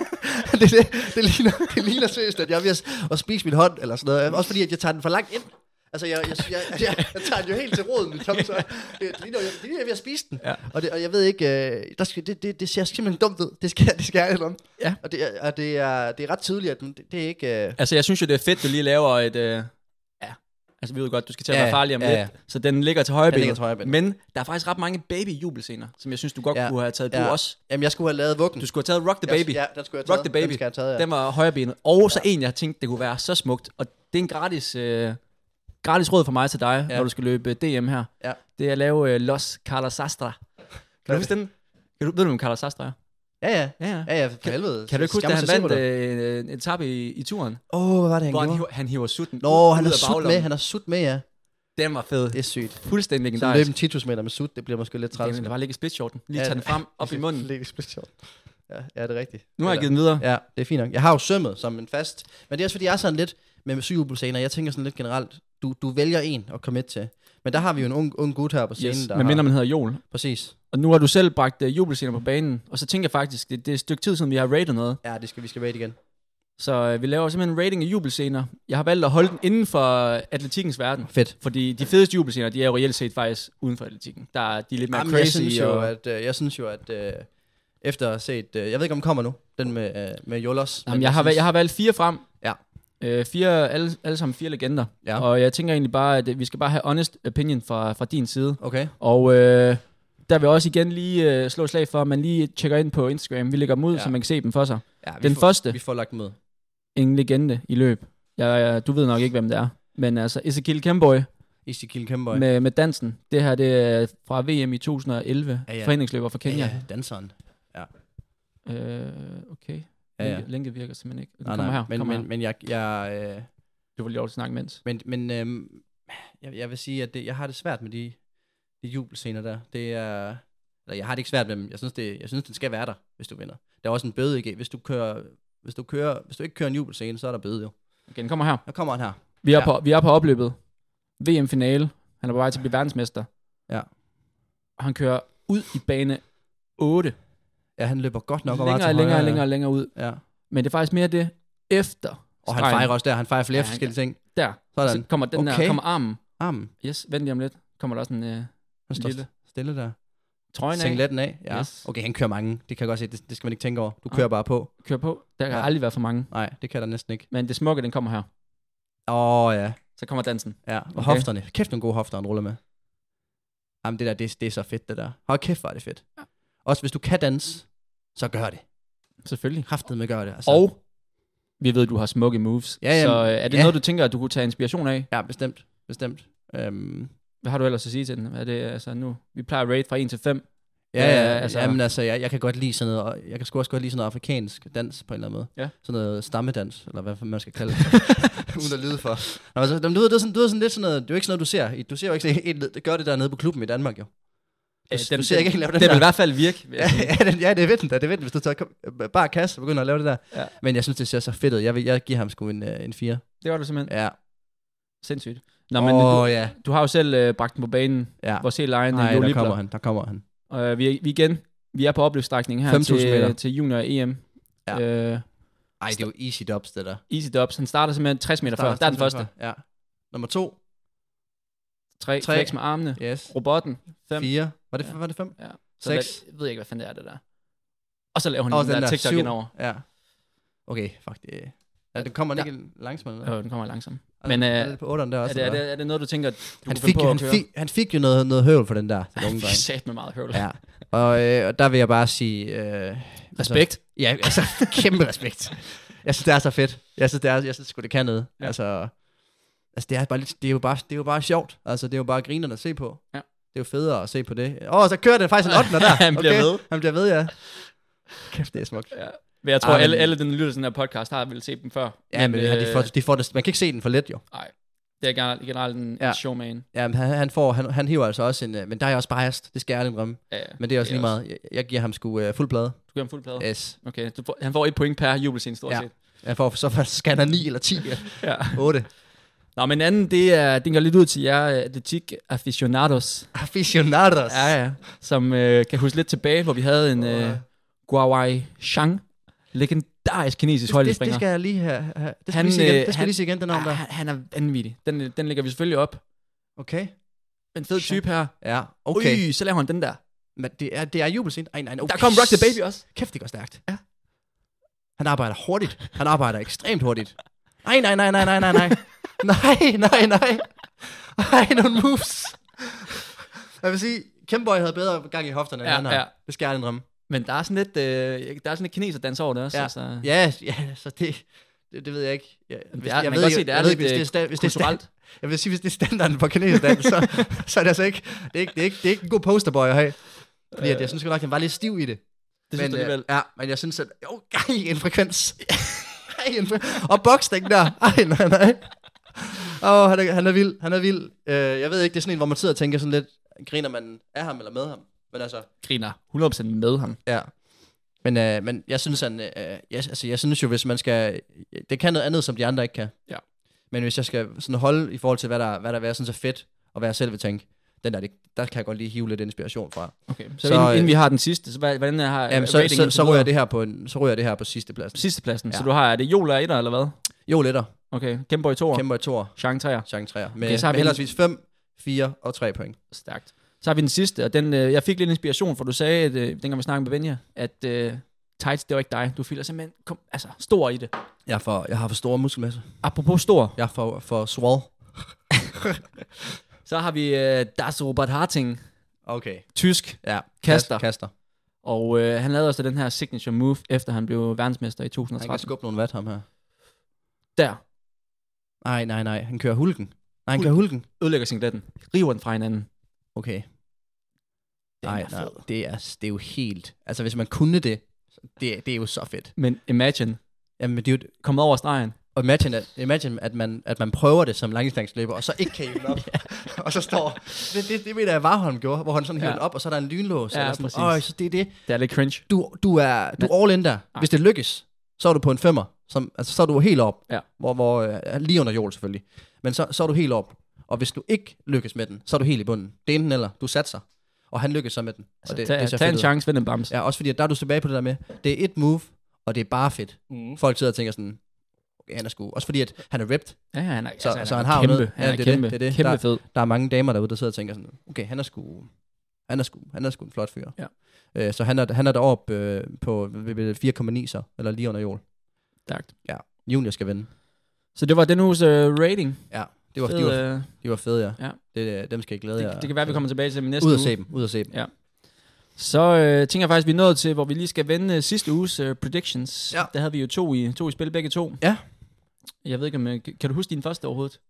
det ligner seriøst, at jeg er ved at spise min hånd, eller sådan noget. Også fordi, at jeg tager den for langt ind. Altså, jeg tager den jo helt til roden i tommeltotten. Det ligner, jeg er ved at spise den. Ja. Og jeg ved ikke, det ser simpelthen dumt ud. Det skal jeg om. Ja. Og det er ret tydeligt, at det er ikke... Altså, jeg synes jo, det er fedt, du lige laver et... Altså, vi ved godt, du skal til at være farlig om lidt. Så den ligger til højre benet. Men der er faktisk ret mange baby-jubelscener, som jeg synes, du godt kunne have taget. Du også. Jamen, jeg skulle have lavet vuggen. Du skulle have taget Rock the Baby. Ja, den skulle jeg have taget. Rock the Baby. Den skal jeg have taget, ja. Den var højre benet. Og så en, jeg tænkte, det kunne være så smukt. Og det er en gratis råd for mig til dig, når du skal løbe DM her. Ja. Det er at lave Los Carlos Sastra. Kan du huske den? Ved du, hvem Carlos Sastra er? Ja, for helvede. Kan du ikke huske, at han vandt en etape i turen? Hvad var det, han gjorde? Han hiver sutten han har sut med, ja. Den var fed. Det er sygt. Fuldstændig legendarisk. Så løb en titusmeter med sut, det bliver måske lidt træls. Det var ligge i splitshorten. Lige tage den frem, op i munden. Ligge i splitshorten. Ja, det er rigtigt. Nu har jeg givet den videre. Ja, det er fint nok. Jeg har jo sømmet som en fast. Men det er også fordi, jeg er sådan lidt med syjubelscener. Jeg tænker sådan lidt generelt, du vælger en at komme med til. Men der har vi jo en ung gut her på scenen. Yes, men mindre man hedder Joel. Præcis. Og nu har du selv bragt jubelscener på banen. Og så tænker jeg faktisk, det er et stykke tid siden, vi har rated noget. Ja, vi skal rate igen. Så vi laver simpelthen en rating af jubelscener. Jeg har valgt at holde den inden for atletikkens verden. Fedt. Fordi de fedeste jubelscener, de er jo reelt set faktisk uden for atletikken. De er lidt mere crazy. Jeg synes jo, at efter at have set... jeg ved ikke, om den kommer nu, den med Jolos. Jamen, jeg har valgt 4 frem. Ja. 4, alle sammen 4 legender. Ja. Og jeg tænker egentlig bare, at vi skal bare have honest opinion fra din side. Okay. Og der vil jeg også igen lige slå slag for, at man lige tjekker ind på Instagram. Vi lægger dem ud, så man kan se dem for sig. Ja, første. Vi får lagt dem ud. En legende i løb. Du ved nok ikke, hvem det er. Men altså, Ezekiel Kemboy. Med dansen. Det her, det er fra VM i 2011. Ja. Forhindringsløber fra Kenya. Ja, danseren. Ja. Okay. Ja. Længe virker simpelthen ikke. Her. Men jeg du vil lige også snakke mens. Men jeg vil sige, at jeg har det svært med de jubelscener der. Det er... Eller jeg har det ikke svært med dem. Jeg synes, den skal være der, hvis du vinder. Der er også en bøde, ikke? Hvis du ikke kører en jubelscene, så er der bøde jo. Okay, den kommer her. Der kommer han her. Vi er på opløbet. VM-finale. Han er på vej til at blive verdensmester. Ja. Og han kører ud i bane 8. Ja, han løber godt nok længere ud. Ja. Men det er faktisk mere det efter. Og han fejrer også der. Han fejrer flere forskellige ting. Der. Sådan. Så kommer den der, kommer armen. Armen? Yes, vent lige om lidt. Kommer der også en lille. Stille der. Trøjen af. Singletten af. Ja. Yes. Okay, han kører mange. Det kan jeg godt se. Det skal man ikke tænke over. Du kører bare på. Kører på. Der kan aldrig være for mange. Nej, det kan der næsten ikke. Men det smukke, den kommer her. Ja. Så kommer dansen. Ja, og hofterne. Kæft nogle gode hofter, han ruller med. Jamen det der, det er så fedt det der. Hold kæft, hvor er det fedt. Ja. Også hvis du kan danse, så gør det. Selvfølgelig. Haftedeme gør det. Altså. Og vi ved, at du har smukke moves. Ja, så er det noget, du tænker, at du kunne tage inspiration af? Ja, bestemt. Hvad har du ellers at sige til den? Er det altså nu? Vi plejer at rate fra 1 til 5. Jamen altså, jeg kan godt lide sådan noget, og jeg kan sgu også godt lide sådan noget afrikansk dans på en eller anden måde. Ja. Sådan noget stammedans, eller hvad man skal kalde det. Uden at lyde for. Nå, altså, du ved, det er sådan lidt sådan noget, det er jo ikke sådan noget, du ser. Du ser jo ikke det gør det der nede på klubben i Danmark jo. Du ser ikke lave den det der. vil i hvert fald virke. Ja, det er ved den der. Det er ved den, hvis du tager bare kasse og begynder at lave det der. Ja. Men jeg synes, det ser så fedt ud. Jeg giver ham sgu en 4. Det var du simpelthen? Ja. Sindssygt. Nå, men du har jo selv bragt den på banen. Ja. Vores helt egen Nej, der kommer han. Og vi er på opløbsstrækningen her til junior EM. Ja. Det er jo easy dubs, det der. Easy dubs. Han starter simpelthen 60 meter før. Der er den første. Ja. Nummer 2. 3. Flex med armene. Yes. Robotten. 5. 4. Var det 5? Ja. 6. Jeg ved ikke, hvad fanden det er, det der. Og så laver han den der TikTok indover. Ja. Okay, fuck det. Ja, den kommer ikke langsomt. Jo, den kommer langsomt. Men er det på 8'eren der også? Er det noget, du tænker, han fik jo noget høvl for den der. Han fik sat med meget høvl. Ja. Og der vil jeg bare sige... respekt. Ja, altså kæmpe respekt. Jeg synes, det er så fedt. Jeg synes sgu, det kan noget. Ja. Altså, Altså, det er jo bare sjovt. Altså, det er jo bare grinerne at se på. Ja. Det er jo federe at se på det. Så kører det faktisk en 8. der. Han bliver ved. Han bliver ved, ja. Kæft, det er smukt. Ja. Men jeg tror, alle den lytter sådan her podcast har vel set dem før. Ja, men de får det, man kan ikke se den for let, jo. Nej. Det er generelt en showman. Ja, men han hiver altså også en... Men der er jeg også biased. Det skal jeg ærligt indrømme. Ja, men det er også lige meget. Jeg giver ham sgu fuld plade. Du giver ham fuld plade? Yes. Okay, han får 1 point per jubelscene, stort set. Ja, så skal han have 9 eller 10. Ja. 8. Nå, men anden, den går lidt ud til jer atletik aficionados. Aficionados? Ja. Som kan huske lidt tilbage, hvor vi havde en Guowai Shang, legendarisk kinesisk højdespringer. Det skal jeg lige have. Det skal jeg lige se igen, den om der. Han er vanvittig. Den lægger vi selvfølgelig op. Okay. En fed type her. Ja, okay. Så laver han den der. Men det er jubelscene. Okay. Der kom Rock the Baby også. Kæft, det går stærkt. Ja. Han arbejder hurtigt. Han arbejder ekstremt hurtigt. Nej. Nej, nogle moves. Jeg vil sige, Kemboy havde bedre gang i hofterne end han har. Ja. Det skal jeg indrømme. Men der er sådan lidt kinesierdans over det også. Ja, altså. ja, så det ved jeg ikke. Jeg kan godt se, det er lidt kulturelt. Jeg vil sige, hvis det er standarden på kinesierdans, så er det altså ikke, det er ikke en god posterboy at have. Fordi jeg synes godt nok, at han var lidt stiv i det. Det synes du alligevel. Ja, men jeg synes, at en frekvens. Og boksning der. Nej. Han er vild. Jeg ved ikke, det er sådan en, hvor man sidder og tænker sådan lidt, griner man af ham eller med ham? Men altså... Griner 100% med ham. Ja. Men jeg synes, jeg synes jo, hvis man skal... Det kan noget andet, som de andre ikke kan. Ja. Men hvis jeg skal sådan holde i forhold til, hvad der vil være sådan så fedt, og hvad jeg selv vil tænke, der kan jeg godt lige hive lidt inspiration fra. Okay. Så inden vi har den sidste, så hvordan har ratingen? Så ryger det her på sidste pladsen. Sidste pladsen. Ja. Så du har, er det Jol er 1'er, eller hvad? Jol 1'er. Okay. Kemboy 2'er. Shang 3'er. Med heldigvis 5, 4 og 3 point. Stærkt. Så har vi den sidste, og den, jeg fik lidt inspiration, for du sagde, dengang vi snakkede med Benja, at tights, det var ikke dig. Du føler simpelthen stor i det. Jeg har for store muskelmasse. Apropos stor. Jeg er for swole. Så har vi Das Robert Harting. Okay. Tysk. Ja. Kaster. Og han lavede også den her signature move, efter han blev verdensmester i 2013. Han kan skubbe nogle watt, ham her. Der. Nej. Han kører hulken. Han kører hulken. Ødelægger singletten. River den fra hinanden. Okay. Nej. Det er jo helt... Altså, hvis man kunne det, det er jo så fedt. Men imagine. Jamen, det er jo... Kommet over stregen. Og imagine at man prøver det som langdistance-løber, og så ikke kan hive den op. Og så står... Det mener jeg, Warholm gjorde, hvor han sådan hiver den op, og så er der en lynlås. Ja, eller sådan. Så det er det. Det er lidt cringe. Du er all in der. Hvis det lykkes, så er du på en 5'er. Så er du helt op. Ja. Hvor lige under jord selvfølgelig. Men så er du helt op. Og hvis du ikke lykkes med den, så er du helt i bunden. Det er enten eller. Du satser. Og han lykkes så med den. Og tag en chance, vind en bams. Ja, også fordi, at der er du tilbage på det der med, det er et move, og det er bare fedt. Folk sidder og tænker sådan, okay, han er sgu. Også fordi, at han er ripped. Ja, han er, så han har kæmpe. Noget. Ja, det er det. Kæmpe fed. Der er mange damer derude, der sidder og tænker sådan, okay, han er sgu en flot fyr. Ja. Så han er deroppe på 4,9 så, eller lige under jord. Stærkt. Ja, junior skal vinde. Så det var den uges rating. Ja. De var fede, ja. Dem skal jeg glæde jer. Det kan være, vi kommer tilbage til næste uge. Ud at se dem. Ja. Så tænker jeg faktisk, vi er nået til, hvor vi lige skal vende sidste uges predictions. Ja. Der havde vi jo to i spil, begge to. Ja. Jeg ved ikke, om kan du huske din første overhovedet?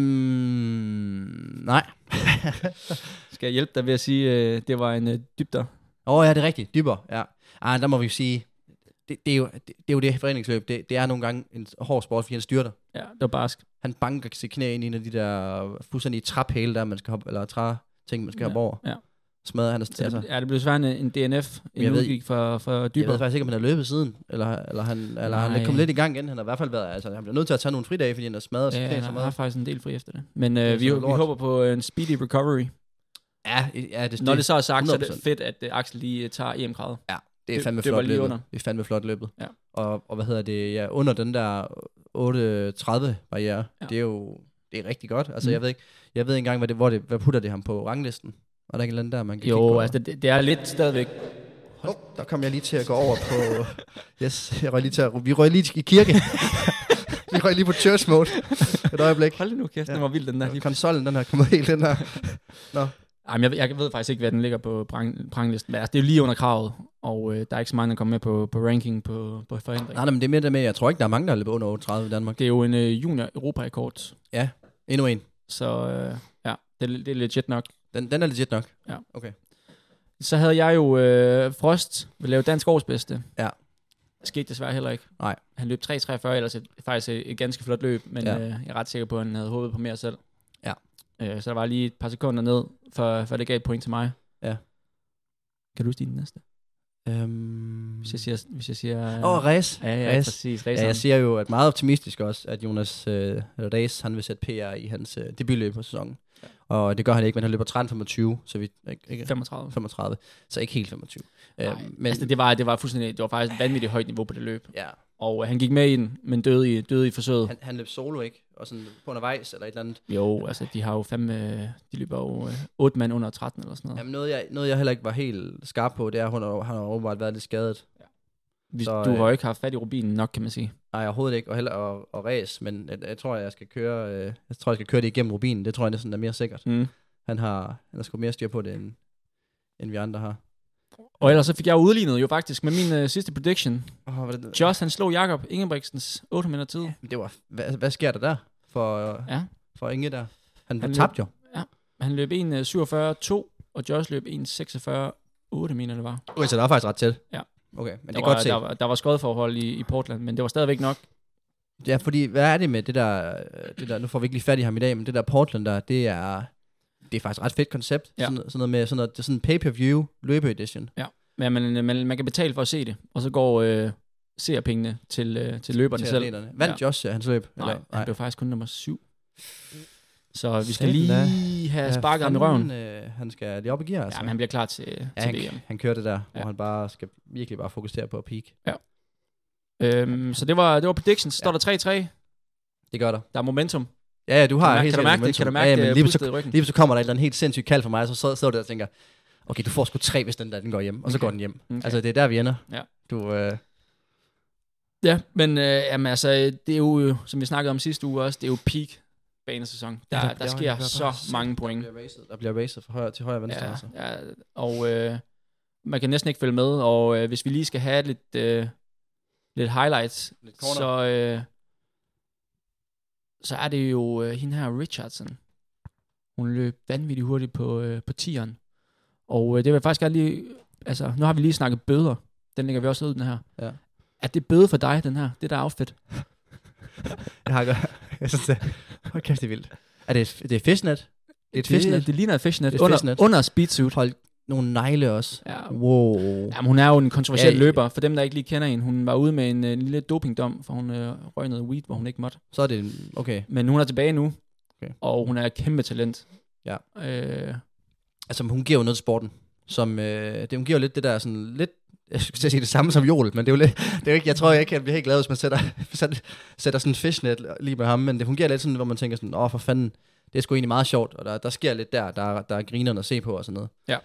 Nej. Skal jeg hjælpe dig ved at sige, det var en dybder? Ja, det er rigtigt. Dybder, ja. Der må vi jo sige, det er jo det foreningsløb. Det er nogle gange en hård sport, fordi han styrter. Ja, det var barsk. Han banker sit knæ ind i en af de der fuldstændig træpæle, der man skal hoppe, eller træting, man skal hoppe over. Ja. Smadrer han. Ja, det blev svært en DNF, en udgik for dybere. Jeg ved faktisk ikke, om han har løbet siden, eller han er kommet lidt i gang igen. Han har i hvert fald været, han bliver nødt til at tage nogle fridage, fordi han har smadret sit knæ så meget. Han har faktisk en del fri efter det. Men vi håber på en speedy recovery. Ja, når det så er sagt, 100%. Så er det fedt, at Axel lige tager EM-kravet. Ja, det er fandme flot løbet. Det er fandme flot løbet. Ja. Og hvad hedder det? Ja, under den der 8.30 barriere. Ja. Det er rigtig godt. Altså jeg ved ikke engang hvad putter det ham på ranglisten. Og der er ikke andet der man kan kigge på. Altså det er lidt stadigvæk. Der kom jeg lige til at gå over på. Yes, vi røg lige i kirke. Vi røg lige på church mode. Et øjeblik. Hold nu kæft, den var vild den der. Konsollen den her kommet helt den her. Nå. Jamen, jeg ved faktisk ikke, hvad den ligger på ranglisten. Altså, det er jo lige under kravet, og der er ikke så mange, der kommer med på ranking på forhindring. Nej, men det er mere det med, jeg tror ikke, der er mange, der er løbet under 38 i Danmark. Det er jo en junior Europa-rekord. Ja. Endnu en. Så ja, det er legit nok. Den er legit nok? Ja. Okay. Så havde jeg jo Frost vil lave dansk årsbedste. Ja. Det skete desværre heller ikke. Nej. Han løb 3.43, ellers faktisk et ganske flot løb, men Ja. jeg er ret sikker på, at han havde håbet på mere selv. Ja. Så der var lige et par sekunder ned, for det gav et point til mig. Ja. Kan du sige den næste? Hvis jeg siger... Race. Ja, præcis. Ja, jeg siger jo, at meget optimistisk også, at Jonas Race, han vil sætte PR i hans debutløb på sæsonen. Ja. Og det gør han ikke, men han løber 13.25, så vi... Ikke? 35. Så ikke helt 25. Men altså, det var fuldstændig... Det var faktisk et vanvittigt højt niveau på det løb. Ja. Og han gik med i den, men døde i forsøget. Han løb solo, ikke? Og sådan på undervejs, eller et eller andet. Jo, altså, de har jo de løber jo 8 mand under 13, eller sådan noget. Jamen, noget jeg heller ikke var helt skarp på, det er, at han har åbenbart været lidt skadet. Ja. Så, du har jo ikke haft fat i rubinen nok, kan man sige. Nej, overhovedet ikke, og race, men jeg tror, jeg skal køre det igennem rubinen. Det tror jeg næsten er mere sikkert. Han har sgu mere styr på det, end vi andre har. Og ellers så fik jeg udlignet jo faktisk med min sidste prediction. Josh, han slog Jakob Ingebrigtsens 8 minutter tid. Ja, det var, hvad sker der der for Inge der? Han tabte jo. Ja, han løb 1.47.2, og Josh løb 1.46.8, mener det var. Okay, så der var faktisk ret tæt. Ja. Okay, men det er godt set. Der var skodforhold i Portland, men det var stadigvæk nok. Ja, fordi hvad er det med det der, nu får vi ikke lige fat i ham i dag, men det der Portland der, det er faktisk et ret fedt koncept. Ja. Sådan noget med sådan noget, det er sådan en pay-per-view løbe-edition. Ja, men man kan betale for at se det, og så går seerpengene til løberne selv. Vandt Josh hans løb? Nej, han blev faktisk kun nummer 7. Så vi skal lige have sparket ham i røven. Han skal lige op i gear, altså. Ja, men han bliver klar til VM. Han kører det der, hvor han bare skal virkelig bare fokusere på at peak. Ja. Så det var predictions. Står der 3-3? Det gør der. Der er momentum. Ja, du har helt sikkert momentum. Kan du mærke det? Lige så kommer der et eller andet helt sindssygt kald for mig, så sidder du der og tænker, okay, du får sgu 3, hvis den går hjem, og så går den hjem. Okay. Altså, det er der, vi ender. Ja. Ja, men jamen, altså, det er jo, som vi snakkede om sidste uge også, det er jo peak banesæson. Der sker så mange point. Der bliver racet fra højre til højre og venstre. Ja, altså. ja, og man kan næsten ikke følge med, og hvis vi lige skal have lidt highlights, så er det jo hende her, Richardson. Hun løb vanvittigt hurtigt på 10'eren. Og det vil jeg faktisk gerne lige... Altså, nu har vi lige snakket bøder. Den lægger vi også ud, den her. Ja. Er det bøde for dig, den her? Det der outfit? Jeg synes, det er vildt. Er det fishnet? Det ligner et fishnet. Under speedsuit. Hold nogle negle også. Ja. Wow. Jamen, hun er jo en kontroversiel løber. For dem, der ikke lige kender hende, hun var ude med en lille dopingdom, for hun røg noget weed, hvor hun ikke måtte. Så er det okay. Men hun er tilbage nu, og hun er et kæmpe talent. Ja. Altså, hun giver jo noget til sporten. Som, hun giver jo lidt det der sådan lidt, jeg skulle sige det samme som Joel, men det er jo ikke, jeg tror ikke, at vi helt glade, hvis man sætter sådan en fishnet lige med ham, men det fungerer lidt sådan, hvor man tænker sådan, for fanden, det er sgu egentlig meget sjovt, og der sker lidt der er grinerne at se på og sådan noget. Ja.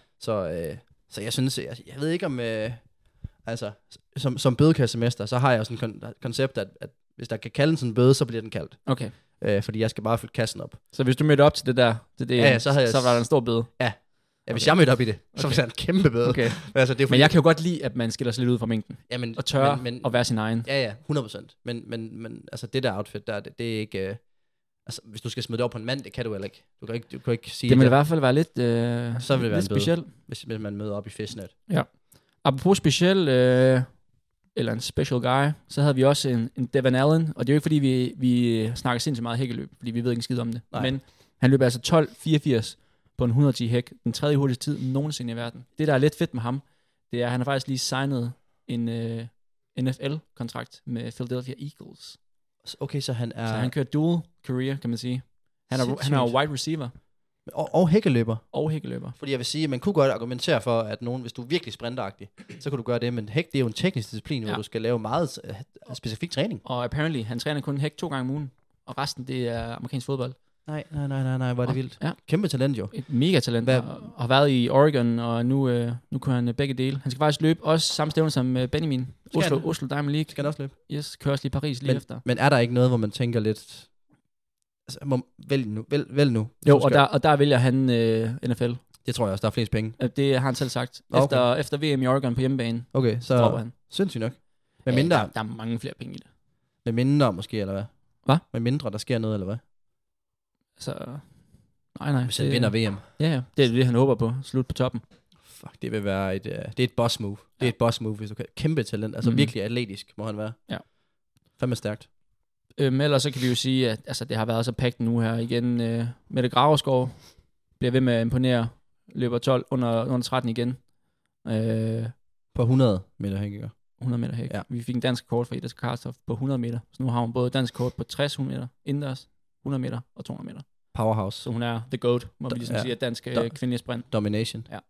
Så jeg synes, jeg ved ikke om, altså, som bødekassemester, så har jeg sådan et koncept, at hvis der kan kalde sådan en bøde, så bliver den kaldt. Okay. Fordi jeg skal bare fylde kassen op. Så hvis du mødte op til det der, så var der en stor bøde? Ja. Ja, hvis jeg mødte op i det, så var det en kæmpe bøde. Okay. Altså, det er men jeg kan jo godt lide, at man skiller sig lidt ud fra mængden. Jamen, og tør at være sin egen. Ja, 100%. Men altså, det der outfit der, det er ikke... altså, hvis du skal smide det over på en mand, det kan du heller ikke. Du kan ikke sige det. Det vil i hvert fald være lidt, så vil det være lidt specielt. Hvis man møder op i fishnet. Ja. Apropos speciel, eller en special guy, så havde vi også en Devon Allen, og det er jo ikke fordi, vi snakker sindssygt meget hækkeløb, fordi vi ved ikke en skid om det. Nej. Men han løb altså 12.84 på en 110 hæk, den tredje hurtigste tid nogensinde i verden. Det, der er lidt fedt med ham, det er, at han har faktisk lige signet en NFL-kontrakt med Philadelphia Eagles. Okay, så han kører dual career, kan man sige. Han er wide receiver. Og hækkeløber. Fordi jeg vil sige, at man kunne godt argumentere for, at nogen, hvis du er virkelig sprinteragtig, så kan du gøre det, men hæk, det er jo en teknisk disciplin, hvor du skal lave meget specifik træning. Og apparently, han træner kun hæk 2 gange om ugen, og resten, det er amerikansk fodbold. Nej, hvor er det vildt. Ja. Kæmpe talent jo. Et mega talent, og har været i Oregon, og nu kører han begge dele. Han skal faktisk løbe også samme stævne som Benjamin. Oslo Diamond League. Skal han også løbe? Yes, kører også lige Paris lige efter. Men er der ikke noget, hvor man tænker lidt... Altså, vælg nu. Jo, og der vælger han NFL. Det tror jeg også, der er flest penge. Det har han selv sagt. Efter VM i Oregon på hjemmebane. Okay, så sindssygt nok. Med mindre... Der er mange flere penge i det. Med mindre måske, eller hvad? Hvad? Med mindre, der sker noget, eller hvad? Altså, nej. Hvis han vinder VM. Ja, det er det, han håber på. Slut på toppen. Fuck, det vil være det er et boss move. Det er et boss move, hvis du kan. Kæmpe talent. Altså virkelig atletisk må han være. Ja. Fandme stærkt. Ellers så kan vi jo sige, at altså, det har været så pakket nu her igen. Mette Graverskov bliver ved med at imponere. Løber 12 under 13 igen. På 100 meter hæk, ikke? 100 meter hæk. Ja. Vi fik en dansk kort fra Ida Karstoff på 100 meter. Så nu har hun både dansk kort på 60 meter indendørs, 100 meter og 200 meter. Powerhouse. Så hun er the GOAT, må vi ligesom sige, at dansk kvindelig sprint. Domination. Ja.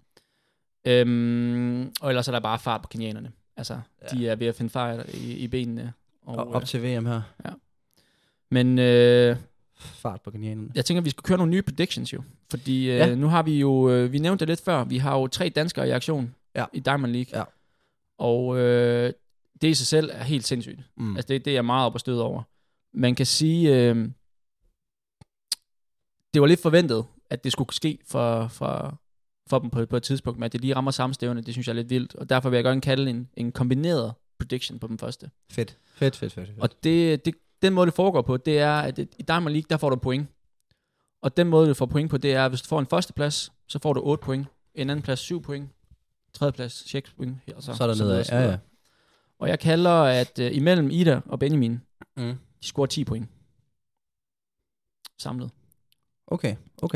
Og ellers er der bare fart på kenianerne. Altså, de er ved at finde fart i benene. Og op til VM her. Ja. Men fart på kenianerne. Jeg tænker, vi skal køre nogle nye predictions jo. Fordi nu har vi jo, vi nævnte det lidt før, vi har jo 3 danskere i aktion i Diamond League. Ja. Og det i sig selv er helt sindssygt. Altså det er jeg meget op og stød over. Man kan sige, det var lidt forventet, at det skulle ske for dem på et tidspunkt, men at det lige rammer samme stævne, det synes jeg er lidt vildt. Og derfor vil jeg gerne kalde en kombineret prediction på den første. Fedt. Og den måde, det foregår på, det er, at i Diamond League, der får du point. Og den måde, du får point på, det er, at hvis du får en førsteplads, så får du 8 point. En anden plads 7 point. Tredje plads 6 point. Så er der nedad. Ja. Og jeg kalder, at imellem Ida og Benjamin, de scorer 10 point. Samlet. Okay.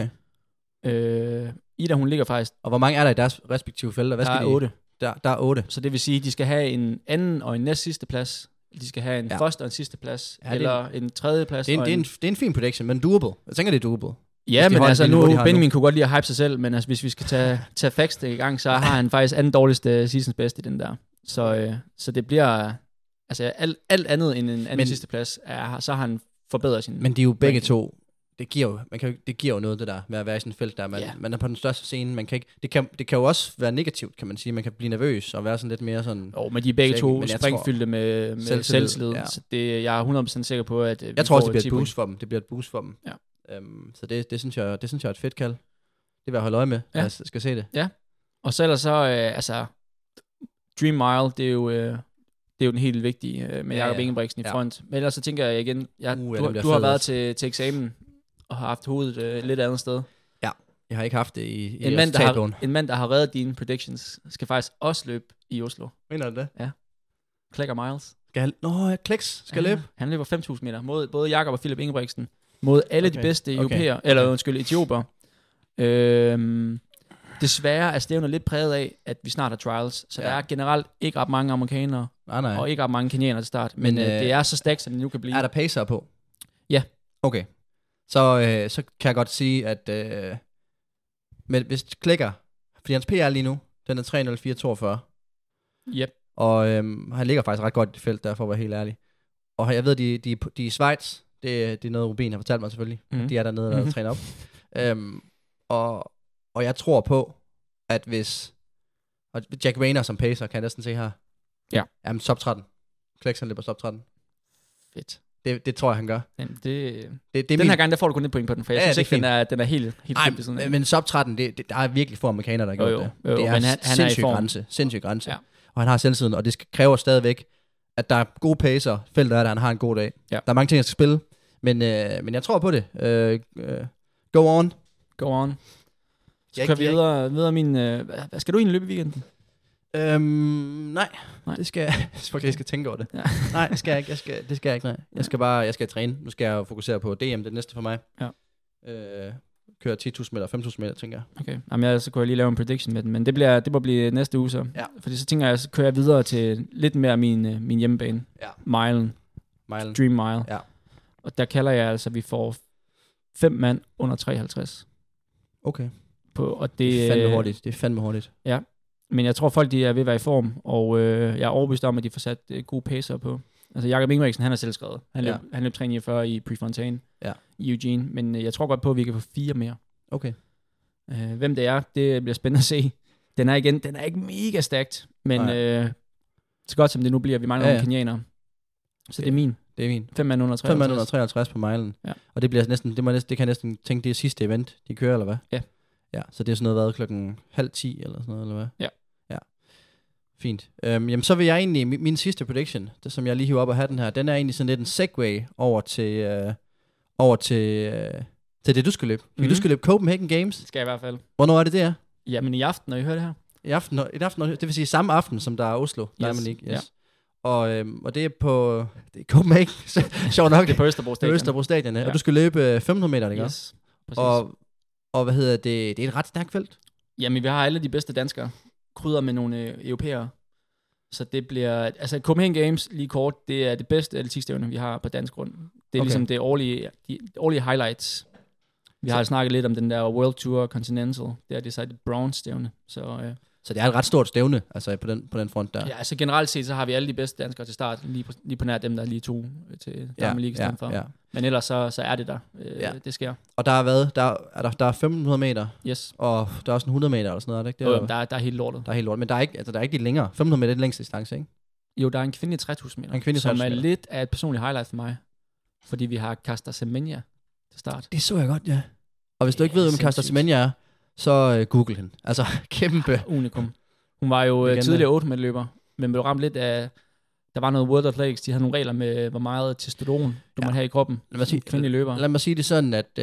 Ida, hun ligger faktisk... Og hvor mange er der i deres respektive felter? Hvad der er 8. Der er 8. Så det vil sige, at de skal have en anden og en næst sidste plads. De skal have en første og en sidste plads. Eller en tredje plads. Det er en fin prediction, men doable. Jeg tænker, det er doable. Ja, men altså nu, Benjamin kunne godt lide at hype sig selv, men altså, hvis vi skal tage facts i gang, så har han faktisk anden dårligste seasons best i den der. Så det bliver... Altså alt andet end en anden sidste plads, så har han forbedret sin... Men de er jo begge to... Det giver jo noget, det der, med at være i sådan et felt, der man er på den største scene. Man kan ikke, det kan jo også være negativt, kan man sige. Man kan blive nervøs og være sådan lidt mere sådan... Men de er begge to springfyldte med selvtillid. Ja. Så jeg er 100% sikker på, at jeg tror også, det bliver et boost for dem. Det bliver et boost for dem. Ja. Så det synes jeg er et fedt kald. Det vil jeg holde øje med, jeg skal se det. Ja. Og så ellers så, altså... Dream Mile, det er jo den helt vigtige med Jakob Ingebrigtsen i front. Men ellers så tænker jeg igen, du har været til eksamen og har haft hovedet lidt andet sted. Ja, jeg har ikke haft det i en mand, der har reddet dine predictions, skal faktisk også løbe i Oslo. Mener du det? Ja. Klekker Miles. Kleks skal løbe. Han løber 5.000 meter mod både Jakob og Philip Ingebrigtsen. Mod alle de bedste europæer, eller etioper. Desværre er stævnet lidt præget af, at vi snart har trials, så der er generelt ikke ret mange amerikanere, og ikke ret mange kenianere til start, men det er så stærkt, som det nu kan blive. Er der pacer på? Ja. Okay. Så kan jeg godt sige, at hvis klikker, fordi hans PR lige nu, den er 3.04.42. Yep. Og han ligger faktisk ret godt i det felt, der for at være helt ærlig. Og jeg ved, de er i Schweiz, det er noget, Rubin har fortalt mig selvfølgelig. De er dernede, der træner op. Og jeg tror på, at hvis... Og Jack Rayner som pacer, kan jeg næsten se her. Ja. Jamen, top 13. Kleksen løber top 13. Fedt. Det tror jeg, han gør. Jamen, den her gang, der får du kun et point på den, for jeg synes ikke, den er helt fint. Men top 13, der er virkelig få amerikanere, der har gjort det. Det er en sindssyg grænse. Ja. Og han har selvtiden, og det kræver stadigvæk, at der er gode pacer, feltet er der, han har en god dag. Ja. Der er mange ting, jeg skal spille, men jeg tror på det. Go on. Så kører vi videre min... Hvad skal du egentlig løbe i weekenden? Nej. Det skal jeg. Jeg skal tænke over det. Ja. Nej, det skal jeg ikke. Det skal jeg ikke. Nej. Jeg skal træne. Nu skal jeg fokusere på DM, det næste for mig. Ja. Køre 10.000 meter, 5.000 meter, tænker jeg. Okay. Jamen, så kunne jeg lige lave en prediction med den, men det må blive næste uge så. Ja. Fordi så tænker jeg, så kører jeg videre til lidt mere min hjemmebane. Ja. Milen. Dream Mile. Ja. Og der kalder jeg altså, at vi får 5 mand under 53. Okay. Og det er fandme hurtigt. Ja. Men jeg tror, folk de er ved at være i form, og jeg er overbevist om, at de får sat gode pacer på. Altså Jakob Ingebrigtsen, han er selv skrevet. Han løb 3.49 i Prefontaine i Eugene, men jeg tror godt på, at vi kan få 4 mere. Okay. Hvem det er, det bliver spændende at se. Den er ikke mega stærkt, men så godt som det nu bliver, vi mangler nogle kenianere. Så det er min. 5 mand under 53. 5 mand under 53 på milen. Ja. Og det bliver næsten, det kan jeg næsten tænke, det er sidste event, de kører, eller hvad? Ja. Ja, så det er sådan noget, hvad, 9:30 eller sådan noget, eller hvad? Ja. Fint. Jamen, så vil jeg egentlig, min sidste prediction, det, som jeg lige hiver op af hatten her, den er egentlig sådan lidt en segue over til Til det, du skal løbe. Du skal løbe Copenhagen Games. Det skal jeg i hvert fald. Hvornår er det der? Jamen i aften, når I hører det her. I aften, det vil sige samme aften, som der er Oslo Diamond League. Yes. Og det er på Copenhagen. Sjovt nok. Det er på Østerbro Stadion. Østerbro Stadion, ja. Og du skal løbe 1500 meter, ikke? Yes, præcis. Og hvad hedder det? Det er et ret stærkt felt. Jamen, vi har alle de bedste danskere. Krydder med nogle europæere. Så det bliver... Altså, Copenhagen Games, lige kort, det er det bedste atletikstævne, vi har på dansk grund. Det er ligesom de årlige highlights. Vi har snakket lidt om den der World Tour Continental. Det er så et bronze-stævne. Så det er et ret stort stævne, altså på den front der. Ja, altså generelt set, så har vi alle de bedste danskere til start, lige på nær dem, der lige tog til Diamond League i stedet for. Ja. Men ellers så er det der. Det sker. Og der er 1500 meter, yes. Og der er også en 100 meter eller sådan noget, ikke? Det er der er helt lortet. Der er helt lortet, men der er ikke de længere. 1500 meter er den længste distance, ikke? Jo, der er en kvindelig 3000 meter, som er lidt af et personligt highlight for mig. Fordi vi har Caster Semenya til start. Det så jeg godt, ja. Og hvis du ikke ved, hvem Caster Semenya er, så google hende. Altså, kæmpe. Unikum. Hun var jo tidligere 8 meter løber, men blev ramt lidt af... Der var noget World Athletics, de havde nogle regler med, hvor meget testosteron du må have i kroppen. Kvindelige løber. Lad mig sige det sådan, at